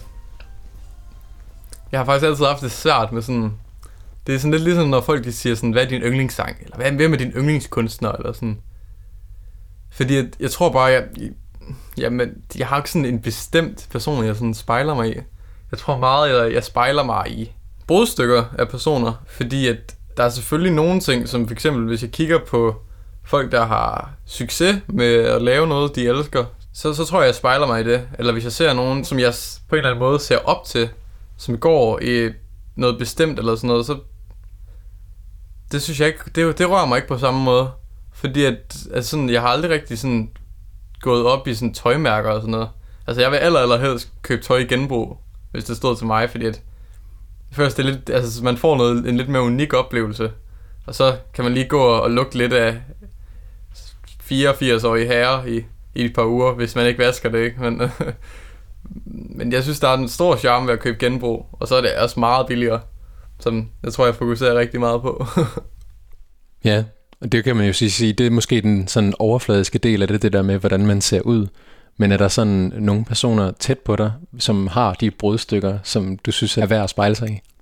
jeg har faktisk altid haft det svært med sådan... Det er sådan lidt ligesom, når folk de siger sådan, hvad er din yndlingssang? Eller hvad, hvem er din yndlingskunstner? Eller sådan. Fordi jeg, jeg tror bare, jeg... Jamen, jeg har ikke sådan en bestemt person, jeg sådan spejler mig i. Jeg tror meget, jeg, jeg spejler mig i brudstykker af personer, fordi at der er selvfølgelig nogle ting, som for eksempel, hvis jeg kigger på folk, der har succes med at lave noget, de elsker, så, så tror jeg, jeg spejler mig i det. Eller hvis jeg ser nogen, som jeg på en eller anden måde ser op til, som går i noget bestemt eller sådan noget, så det synes jeg ikke, det, det rører mig ikke på samme måde. Fordi at, at sådan, jeg har aldrig rigtig sådan gået op i sådan tøjmærker og sådan noget. Altså jeg vil aller, aller helst købe tøj i genbrug, hvis det stod til mig, fordi at først det er lidt, altså man får noget, en lidt mere unik oplevelse, og så kan man lige gå og lugte lidt af fireogfirs-årige herrer i, i et par uger, hvis man ikke vasker det, ikke? Men, men jeg synes, der er en stor charme ved at købe genbrug, og så er det også meget billigere, som jeg tror, jeg fokuserer rigtig meget på. Ja, og det kan man jo sige, det er måske den sådan overfladiske del af det, det der med, hvordan man ser ud. Men er der sådan nogle personer tæt på dig, som har de brudstykker, som du synes er værd at spejle sig i?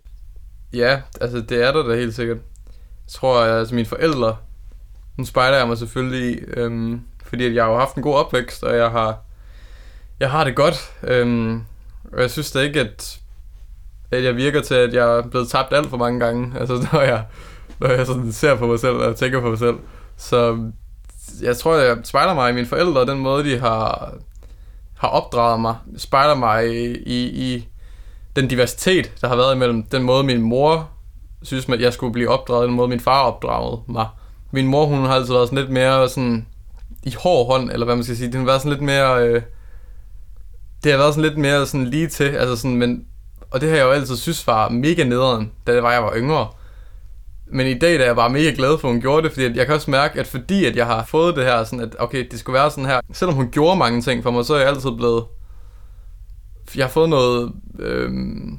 Ja, altså det er der da helt sikkert. Jeg tror, at altså mine forældre, nu spejler jeg mig selvfølgelig i, øhm, fordi at jeg har haft en god opvækst, og jeg har, jeg har det godt. Øhm, og jeg synes da ikke, at, at jeg virker til, at jeg er blevet tabt alt for mange gange. Altså når jeg, når jeg sådan ser på mig selv og tænker på mig selv. Så jeg tror, jeg spejler mig i mine forældre, og den måde, de har, har opdraget mig, spejler mig i, i, i den diversitet, der har været imellem den måde, min mor synes, at jeg skulle blive opdraget, den måde, min far opdragede mig. Min mor, hun har altid været sådan lidt mere sådan i hård hånd, eller hvad man skal sige. Den har været sådan lidt mere... Øh, det har været sådan lidt mere sådan lige til, altså sådan, men... Og det har jeg jo altid synes var mega nederen, da det var, jeg var yngre. Men i dag der er jeg bare mega glad for, at hun gjorde det, fordi jeg kan også mærke, at fordi at jeg har fået det her, sådan at okay, det skulle være sådan her. Selvom hun gjorde mange ting for mig, så er jeg altid blevet... Jeg har fået noget... Øhm,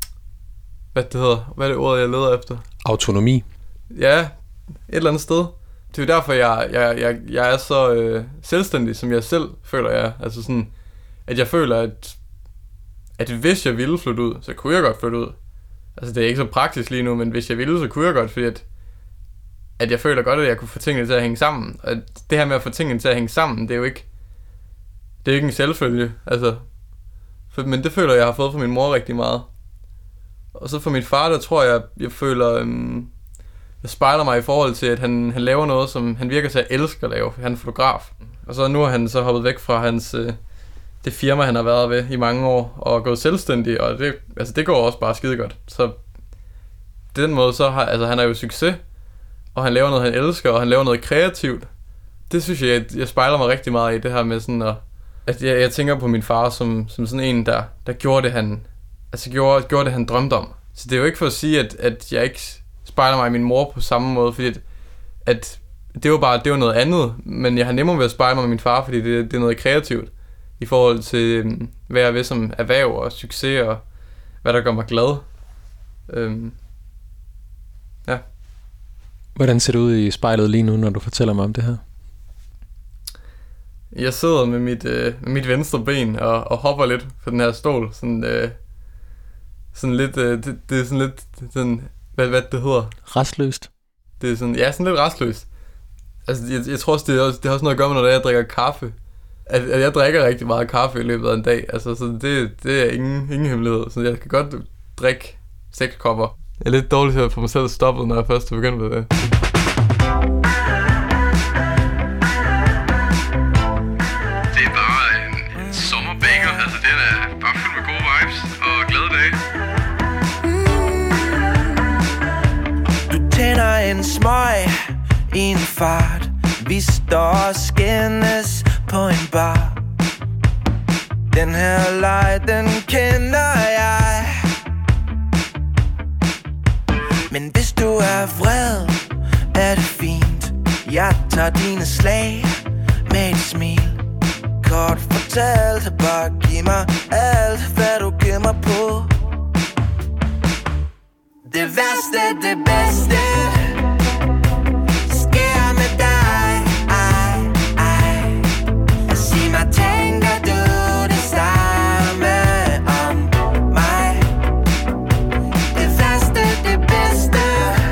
hvad det hedder? Hvad er det ord, jeg leder efter? Autonomi. Ja, et eller andet sted. Det er jo derfor, jeg, jeg, jeg, jeg er så øh, selvstændig, som jeg selv føler, jeg er. Altså sådan, at jeg føler, at, at hvis jeg ville flytte ud, så kunne jeg godt flytte ud. Altså det er ikke så praktisk lige nu, men hvis jeg ville, så kunne jeg godt, fordi at, at jeg føler godt, at jeg kunne få tingene til at hænge sammen. Og det her med at få tingene til at hænge sammen, det er jo ikke, det er ikke en selvfølge. Altså, for, men det føler jeg har fået fra min mor rigtig meget. Og så for min far, der tror jeg, jeg føler, øhm, jeg spejler mig i forhold til, at han, han laver noget, som han virker til at elske at lave, for han er fotograf. Og så nu har han så hoppet væk fra hans, øh, det firma, han har været ved i mange år, og gået selvstændig, og det, altså det går også bare skide godt. Så den måde, så har, altså han har jo succes, og han laver noget, han elsker, og han laver noget kreativt. Det synes jeg, jeg, jeg spejler mig rigtig meget i, det her med sådan, at, at jeg, jeg tænker på min far som, som sådan en, der, der gjorde det, han, altså gjorde, gjorde det, han drømte om. Så det er jo ikke for at sige, at, at jeg ikke spejler mig i min mor på samme måde, fordi at, at det var bare, det var noget andet, men jeg har nemmere ved at spejle mig med min far, fordi det, det er noget kreativt i forhold til, hvad jeg ved som erhverv og succes, og hvad der gør mig glad. Øhm, ja. Hvordan ser det ud i spejlet lige nu, når du fortæller mig om det her? Jeg sidder med mit, øh, med mit venstre ben og, og hopper lidt på den her stol. Sådan, øh, sådan lidt, øh, det, det er sådan lidt, sådan, hvad, hvad det hedder? Restløst? Det er sådan, ja, sådan lidt restløst. Altså, jeg, jeg tror også, det, er også, det har også noget at gøre med, når jeg drikker kaffe. At, at jeg drikker rigtig meget kaffe i løbet af en dag. Altså, så det, det er ingen, ingen hemmelighed. Så jeg kan godt drikke seks kopper. Jeg er lidt dårlig til at få mig selv stoppet, når jeg først er begyndt med det. Det er bare en, en sommerbanger. Altså, det er bare fyldt med gode vibes og glade dage. Du tænder en smøg i en fart. Vi står og skændes på en bar. Den her leg, den kender jeg. Men hvis du er vred, er det fint. Jeg tager dine slag med et smil. Kort Tag alt, bare giv mig alt, hvad du giver mig på. Det værste, det bedste sker med dig. Ej, ej. Sig mig, tænker du det samme om mig? Det værste, det bedste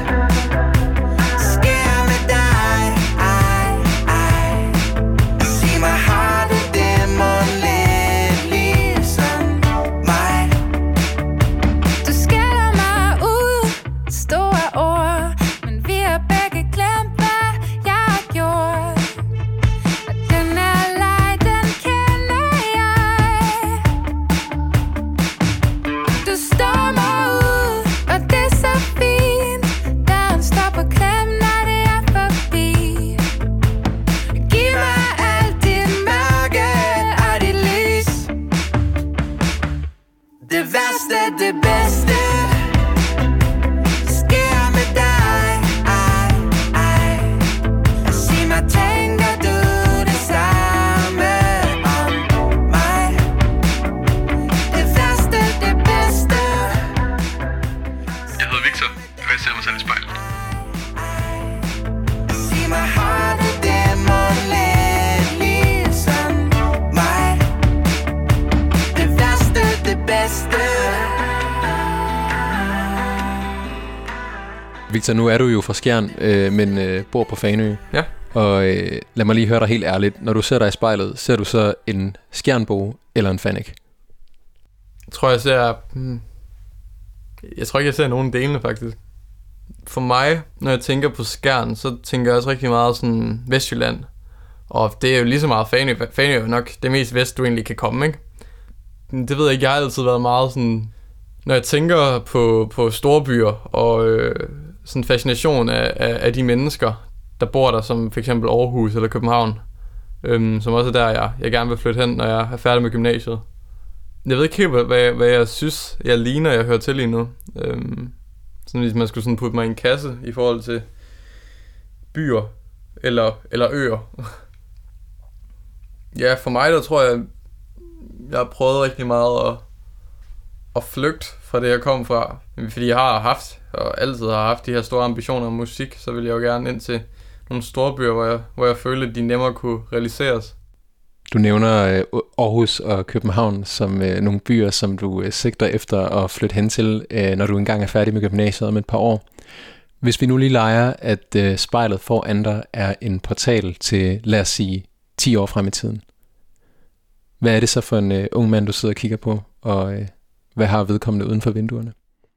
sker med dig. Ej, ej. Sig mig, har du det mon lidt ligesom mig? Du skælder mig ud, store ord, men vi har begge glemt, hvad jeg har gjort. Og den her leg, den kender jeg. Du står mig ud, og det er så fint. Døren står på klem, når det er forbi. Giv mig alt dit mørke og dit lys. Det værste, det bedste sker med dig. Ej, ej. Sig mig, tænker du det samme om mig? Det værste, det bedste. Jeg hedder Victor, og jeg ser mig selv i spejlet. Sig mig, har du det mon lidt ligesom mig? Det værste, det bedste. Victor, nu er du jo fra Skjern, øh, men øh, bor på Fanø. Ja. Og øh, lad mig lige høre dig helt ærligt. Når du ser dig i spejlet, ser du så en Skjernbo eller en Fanic? Jeg tror, jeg ser... Hmm, jeg tror ikke, jeg ser nogen delene, faktisk. For mig, når jeg tænker på Skjern, så tænker jeg også rigtig meget sådan Vestjylland. Og det er jo lige så meget Fanø. Fanø er jo nok det mest vest, du egentlig kan komme, ikke? Det ved jeg ikke, jeg har altid været meget sådan... Når jeg tænker på, på store byer og øh, sådan fascination af, af, af de mennesker, der bor der, som for eksempel Aarhus eller København, øhm, som også er der, jeg, jeg gerne vil flytte hen, når jeg er færdig med gymnasiet. Jeg ved ikke helt, hvad, hvad, hvad jeg synes, jeg ligner, jeg hører til lige nu. Øhm, sådan hvis man skulle sådan putte mig i en kasse i forhold til byer eller, eller øer. Ja, for mig der tror jeg, jeg har prøvet rigtig meget at, at flygte fra det, jeg kom fra. Fordi jeg har haft, og altid har haft de her store ambitioner om musik, så vil jeg jo gerne ind til nogle store byer, hvor jeg, hvor jeg følte, at de nemmere kunne realiseres. Du nævner øh, Aarhus og København som øh, nogle byer, som du øh, sigter efter at flytte hen til, øh, når du engang er færdig med gymnasiet om et par år. Hvis vi nu lige leger, at øh, spejlet foran dig er en portal til, lad os sige, ti år frem i tiden. Hvad er det så for en øh, ung mand, du sidder og kigger på, og øh, hvad har vedkommende uden for vinduerne?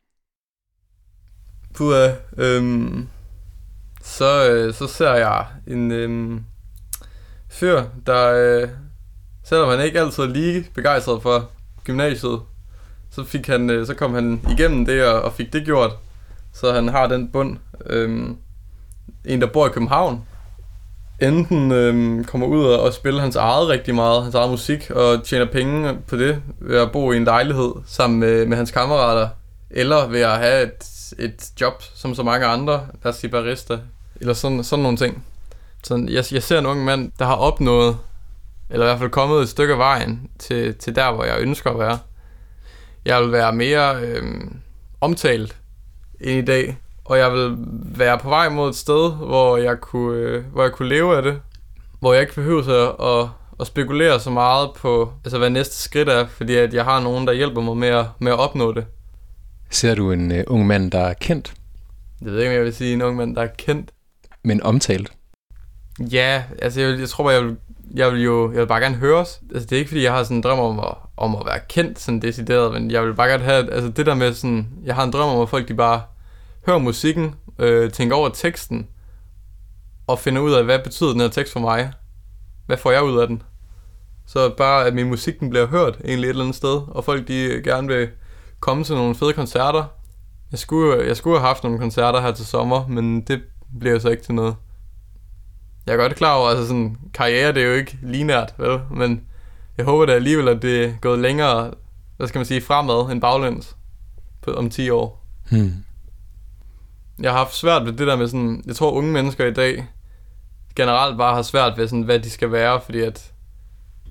Puha, øhm, så, øh, så ser jeg en øhm, fyr, der, øh, selvom han ikke altid er lige begejstret for gymnasiet, så, fik han, øh, så kom han igennem det og, og fik det gjort, så han har den bund. Øhm, en, der bor i København, enten øhm, kommer ud og spiller hans eget rigtig meget, hans eget musik, og tjener penge på det ved at bo i en lejlighed sammen med, med hans kammerater, eller ved at have et, et job som så mange andre, lad os sige barista, eller sådan, sådan nogle ting. Så jeg, jeg ser en ung mand, der har opnået, eller i hvert fald kommet et stykke af vejen til, til der, hvor jeg ønsker at være. Jeg vil være mere øhm, omtalt end i dag, og jeg vil være på vej mod et sted, hvor jeg kunne, øh, hvor jeg kunne leve af det, hvor jeg ikke behøver at, at, at spekulere så meget på, altså hvad næste skridt er, fordi at jeg har nogen, der hjælper mig med at, med at opnå det. Ser du en uh, ung mand, der er kendt? Jeg ved ikke, om jeg vil sige en ung mand, der er kendt. Men omtalt? Ja, altså jeg, jeg tror bare, jeg vil, jeg vil jo jeg vil bare gerne høres. Altså det er ikke, fordi jeg har sådan en drøm om at, om at være kendt, sådan decideret, men jeg vil bare gerne have, altså det der med sådan, jeg har en drøm om, at folk de bare hører musikken, øh, tænker over teksten, og finder ud af, hvad betyder den her tekst for mig? Hvad får jeg ud af den? Så bare, at min musik den bliver hørt egentlig et eller andet sted, og folk de gerne vil komme til nogle fede koncerter. Jeg skulle, jeg skulle have haft nogle koncerter her til sommer, men det bliver så ikke til noget. Jeg er godt klar over, altså sådan, karriere det er jo ikke linært, vel? Men jeg håber da alligevel, at det er gået længere, hvad skal man sige, fremad end baglæns på, om ti år. Hmm. Jeg har haft svært ved det der med sådan, jeg tror unge mennesker i dag generelt bare har svært ved sådan, hvad de skal være, fordi at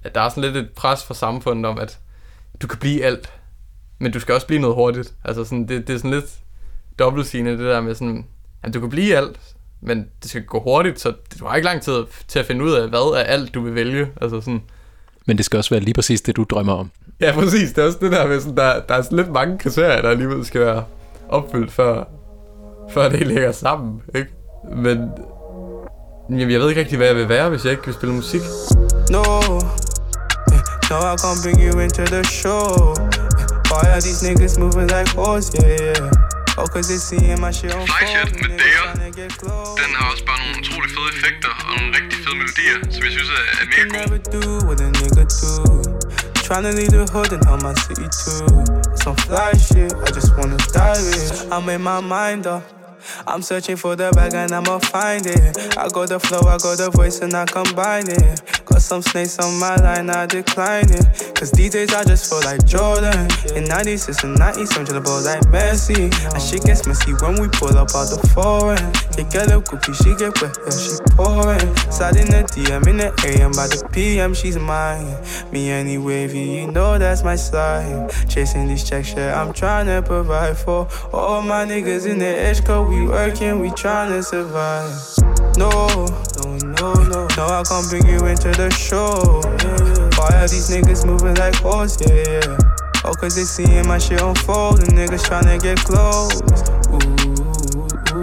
at der er sådan lidt et pres fra samfundet om, at du kan blive alt, men du skal også blive noget hurtigt. Altså sådan, det, det er sådan lidt dobbeltsigende, det der med sådan, at du kan blive alt, men det skal gå hurtigt, så du har ikke lang tid til at finde ud af, hvad er alt, du vil vælge. Altså sådan. Men det skal også være lige præcis det, du drømmer om. Ja, præcis. Det er også det der med, sådan, der, der er sådan lidt mange kriterier, der alligevel skal være opfyldt, før, før det lægger sammen, ikke? Men jamen, jeg ved ikke rigtig, hvad jeg vil være, hvis jeg ikke vil spille musik. No, no, I can't bring you into the show. Why are these niggas moving like horse, yeah, yeah. Oh, cause they seeing my shit on Flyshit med Dare, den har også bare nogle utrolig fede effekter og nogle rigtig fede melodier, som jeg synes er, er mega gode. Tryna leave the hood and help my city too. Some fly shit, I just wanna dive in. I made my mind up. I'm searching for the bag and I'ma find it. I got the flow, I got the voice and I combine it. Got some snakes on my line, I decline it. Cause these days I just feel like Jordan. In ninety-six and ninety, some ball like Messi. And shit gets messy when we pull up out the foreign. You get a cookie, she get wet, yeah, she pouring. Side in the D M, in the A M, by the P M, she's mine. Me any wavy, you know that's my style. Chasing these checks, shit, I'm tryna provide for all my niggas in the edge, cause we working, we tryna survive. No, no, no, no, no, I can't bring you into the show. Why are these niggas moving like horse, yeah, yeah. Oh, cause they seeing my shit unfold, and niggas tryna get close. Ooh, ooh,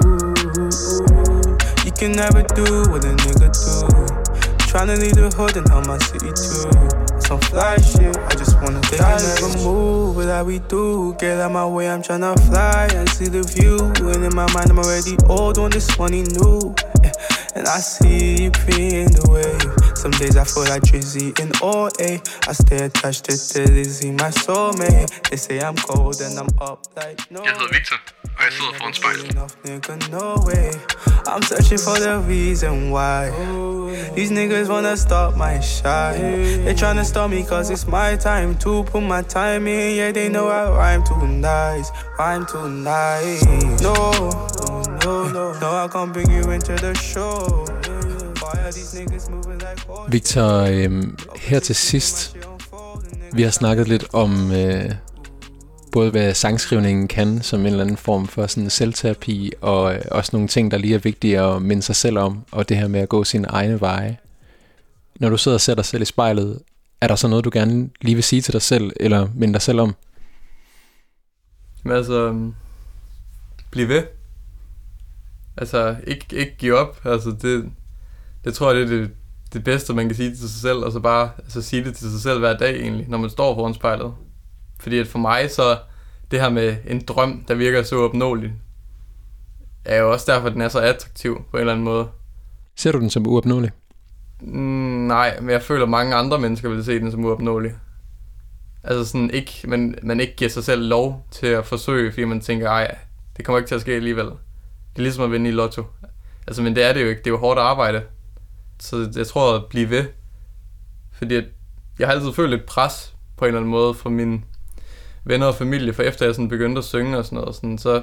ooh. You can never do what a nigga do. Tryna leave the hood and help my city too. Some fly shit, I just wanna fly. I never move without we do. Get out my way, I'm tryna fly and see the view. And in my mind, I'm already old on this one, he new. Yeah. And I see you peeing the wave. Some days I feel like Drizzy in O A. I stay attached to Dizzy, my soulmate. They say I'm cold and I'm up like no. Jeg hedder Victor, og jeg sidder foran spejlet. Nigga, no way. I'm searching for the reason why these niggas wanna stop my shine. They tryna stop me cause it's my time to put my time in. Yeah, they know I rhyme too nice, rhyme too nice. No, no, no, no, no, I can't bring you into the show. Why are these niggas moving like horses? Victor, øhm, her til sidst, vi har snakket lidt om øh, både hvad sangskrivningen kan som en eller anden form for sådan selvterapi, og øh, også nogle ting, der lige er vigtige at minde sig selv om, og det her med at gå sine egne veje. Når du sidder og ser dig selv i spejlet, er der så noget, du gerne lige vil sige til dig selv, eller minde dig selv om? Men altså, bliv ved. Altså, ikke, ikke give op. Altså, det, det tror jeg, det er det, det bedste, man kan sige til sig selv, og så bare altså, sige det til sig selv hver dag egentlig, når man står foran spejlet. Fordi at for mig, så det her med en drøm, der virker så opnåelig, er jo også derfor, den er så attraktiv på en eller anden måde. Ser du den som uopnåelig? Mm, nej, men jeg føler, at mange andre mennesker vil se den som uopnåelig. Altså sådan ikke, man, man ikke giver sig selv lov til at forsøge, fordi man tænker, ej, det kommer ikke til at ske alligevel. Det er ligesom at vinde i lotto. Altså, men det er det jo ikke. Det er jo hårdt arbejde. Så jeg tror at blive ved. Fordi at jeg har altid følt et pres på en eller anden måde fra mine venner og familie, for efter jeg sådan begyndte at synge og sådan noget, sådan, så,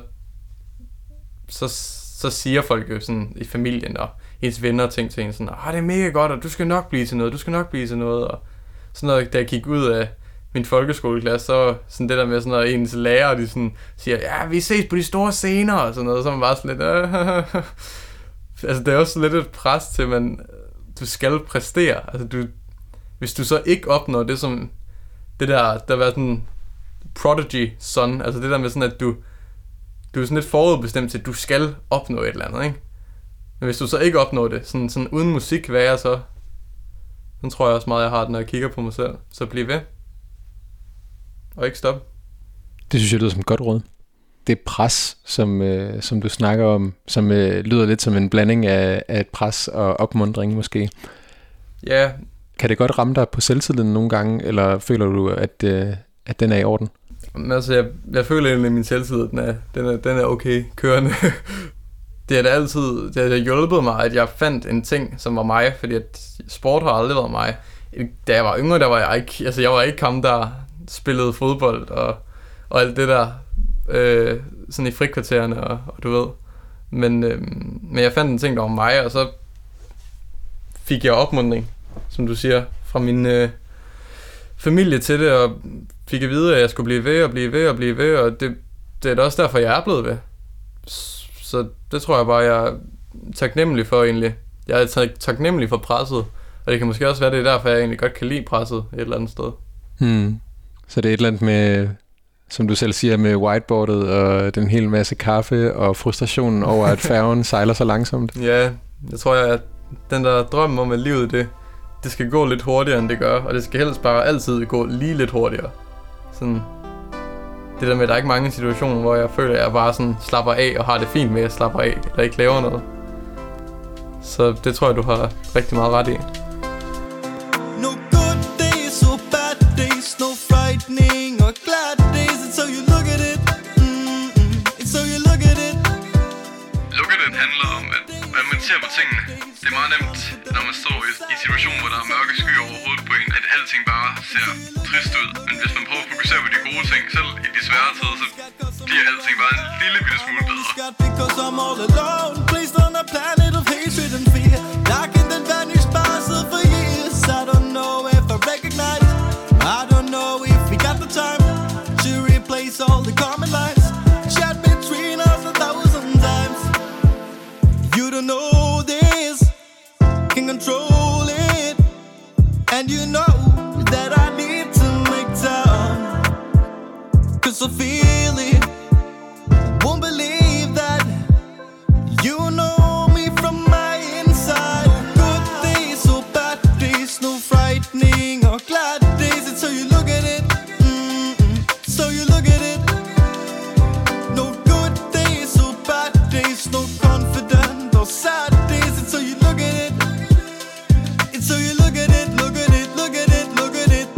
så, så siger folk jo sådan i familien og ens venner ting til en sådan, ah, det er mega godt, og du skal nok blive til noget, du skal nok blive til noget, og sådan noget, da jeg gik ud af min folkeskoleklasse, så sådan det der med sådan noget, ens lærer, de sådan siger, ja, vi ses på de store scener, og sådan noget, så man bare sådan lidt, øh, altså det er også lidt et pres til, man, du skal præstere, altså du, hvis du så ikke opnår det som, det der, der var sådan prodigy son, altså det der med sådan, at du, du er sådan lidt forudbestemt til, at du skal opnå et eller andet, ikke? Men hvis du så ikke opnår det, sådan, sådan uden musik, hvad er så? Sådan tror jeg også meget, jeg har det, når jeg kigger på mig selv. Så bliv ved. Og ikke stop. Det synes jeg lyder som et godt råd. Det pres, som, øh, som du snakker om, som øh, lyder lidt som en blanding af, af et pres og opmuntring måske. Ja. Kan det godt ramme dig på selvtilliden nogle gange, eller føler du, at, øh, at den er i orden? Men altså, jeg, jeg føler egentlig, at min selvtillid, den er, den er, den er okay kørende. Det har da altid, det har hjulpet mig, at jeg fandt en ting, som var mig, fordi at sport har aldrig været mig. Da jeg var yngre, der var jeg ikke, altså jeg var ikke ham, der spillede fodbold og, og alt det der, øh, sådan i frikvartererne og, og du ved. Men, øh, men jeg fandt en ting, der var mig, og så fik jeg opmuntring, som du siger, fra mine, øh, familie til det, og fik at vide, at jeg skulle blive ved og blive ved og blive ved, og det, det er da også derfor, jeg er blevet ved. Så det tror jeg bare, jeg er taknemmelig for egentlig. Jeg er tak- taknemmelig for presset, og det kan måske også være, det er derfor, jeg egentlig godt kan lide presset et eller andet sted. Hmm. Så det er et eller andet med, som du selv siger, med whiteboardet og den hele masse kaffe og frustrationen over, at færgen sejler så langsomt. Ja, jeg tror, jeg, at den der drøm om, at livet det, det skal gå lidt hurtigere, end det gør, og det skal helst bare altid gå lige lidt hurtigere. Sådan, det der med, at der er ikke mange situationer, hvor jeg føler, at jeg bare sådan slapper af og har det fint med at slappe af, eller ikke laver noget. Så det tror jeg, du har rigtig meget ret i. No good days or bad days, no frightening or glad days. It's so you look at it. Mm-mm. It's so you look at it. Look at it handler om, at hvordan man ser på tingene. Det er meget nemt, når man står i, i situationer, hvor der er mørke skyer over hovedet på en, at alting bare ser trist ud. Men hvis man prøver at fokusere på de gode ting, selv i de svære tider, så bliver alting bare en lille bitte smule bedre. Because I'm all alone, placed on a planet of hatred and fear. Dark and then vanished past for years. I don't know if I recognize. I don't know if we got the time to replace all the common lines chat between us a thousand times. You don't know this, can control it, and you know that I need to make time. Cause I feel it, won't believe that. You know me from my inside. Good days or bad days, no frightening or glad days. It's so you look at it. Mm-mm. So you look at it. No good days or bad days, no confident or sad days. It's so you look at it. It's so you look at it, look at it, look at it, look at it.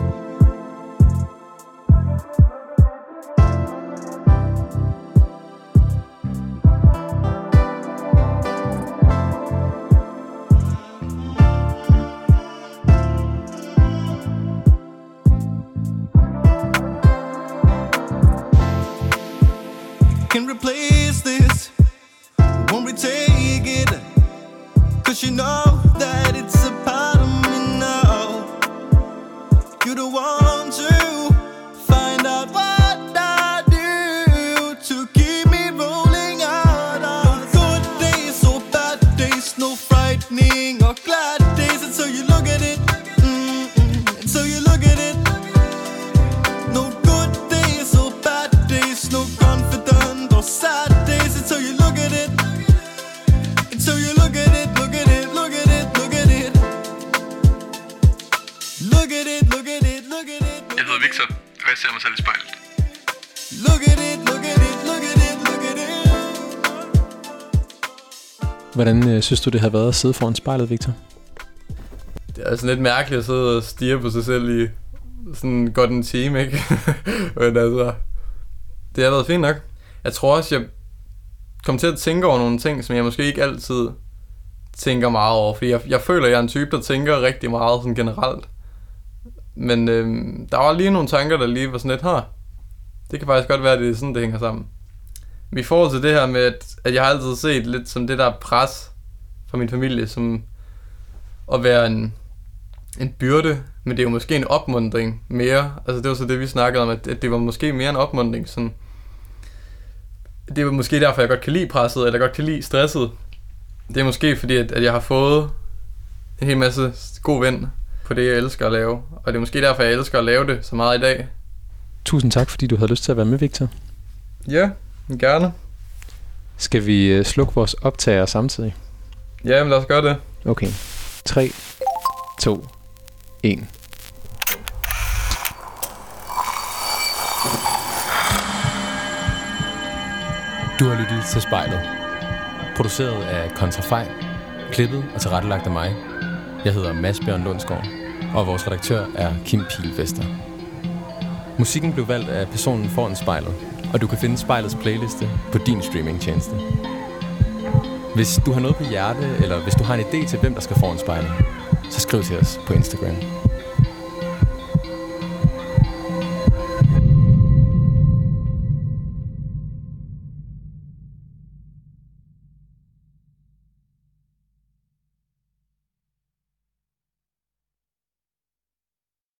Can replace this, won't retake it. Cause you know that it's a part of me now. You don't want to find out what I do to keep me rolling out. No good days or bad days, no frightening or glad days. And so you look at it, mm-mm. And so you look at it. No good days or bad days, no confident or sad days. And so you look at it. And so you look at it, look at it, look at it, look at it. Look at it, look at it, look at it. Jeg hedder Victor, og jeg ser mig selv i spejlet. Look at it, look at it, look at it, look at it. Hvordan øh, synes du, det har været at sidde foran spejlet, Victor? Det er sådan lidt mærkeligt at sidde og stirre på sig selv i sådan godt en time, ikke? Men altså, det har været fint nok. Jeg tror også, jeg kom til at tænke over nogle ting, som jeg måske ikke altid tænker meget over. Fordi jeg, jeg føler, at jeg er en type, der tænker rigtig meget sådan generelt. Men øhm, der var lige nogle tanker, der lige var sådan lidt her. Det kan faktisk godt være, at det er sådan, det hænger sammen. Men i forhold til det her med, at, at jeg har altid set lidt som det der pres fra min familie, som at være en, en byrde, men det er jo måske en opmuntring mere. Altså det var så det, vi snakkede om, at, at det var måske mere en opmuntring. Sådan. Det var måske derfor, jeg godt kan lide presset, eller godt kan lide stresset. Det er måske fordi, at, at jeg har fået en hel masse god vind på det, jeg elsker at lave. Og det er måske derfor, jeg elsker at lave det så meget i dag. Tusind tak, fordi du havde lyst til at være med, Victor. Ja, gerne. Skal vi øh, slukke vores optager samtidig? Ja, men lad os gøre det. Okay. tre, to, et. Du har lyttet til Spejlet. Produceret af Kontrafej, klippet og tilrettelagt af mig. Jeg hedder Mads Bjørn Lundsgaard, og vores redaktør er Kim Pilfester. Musikken blev valgt af personen foran spejlet, og du kan finde Spejlets playliste på din streamingtjeneste. Hvis du har noget på hjerte, eller hvis du har en idé til, hvem der skal foran spejlet, så skriv til os på Instagram.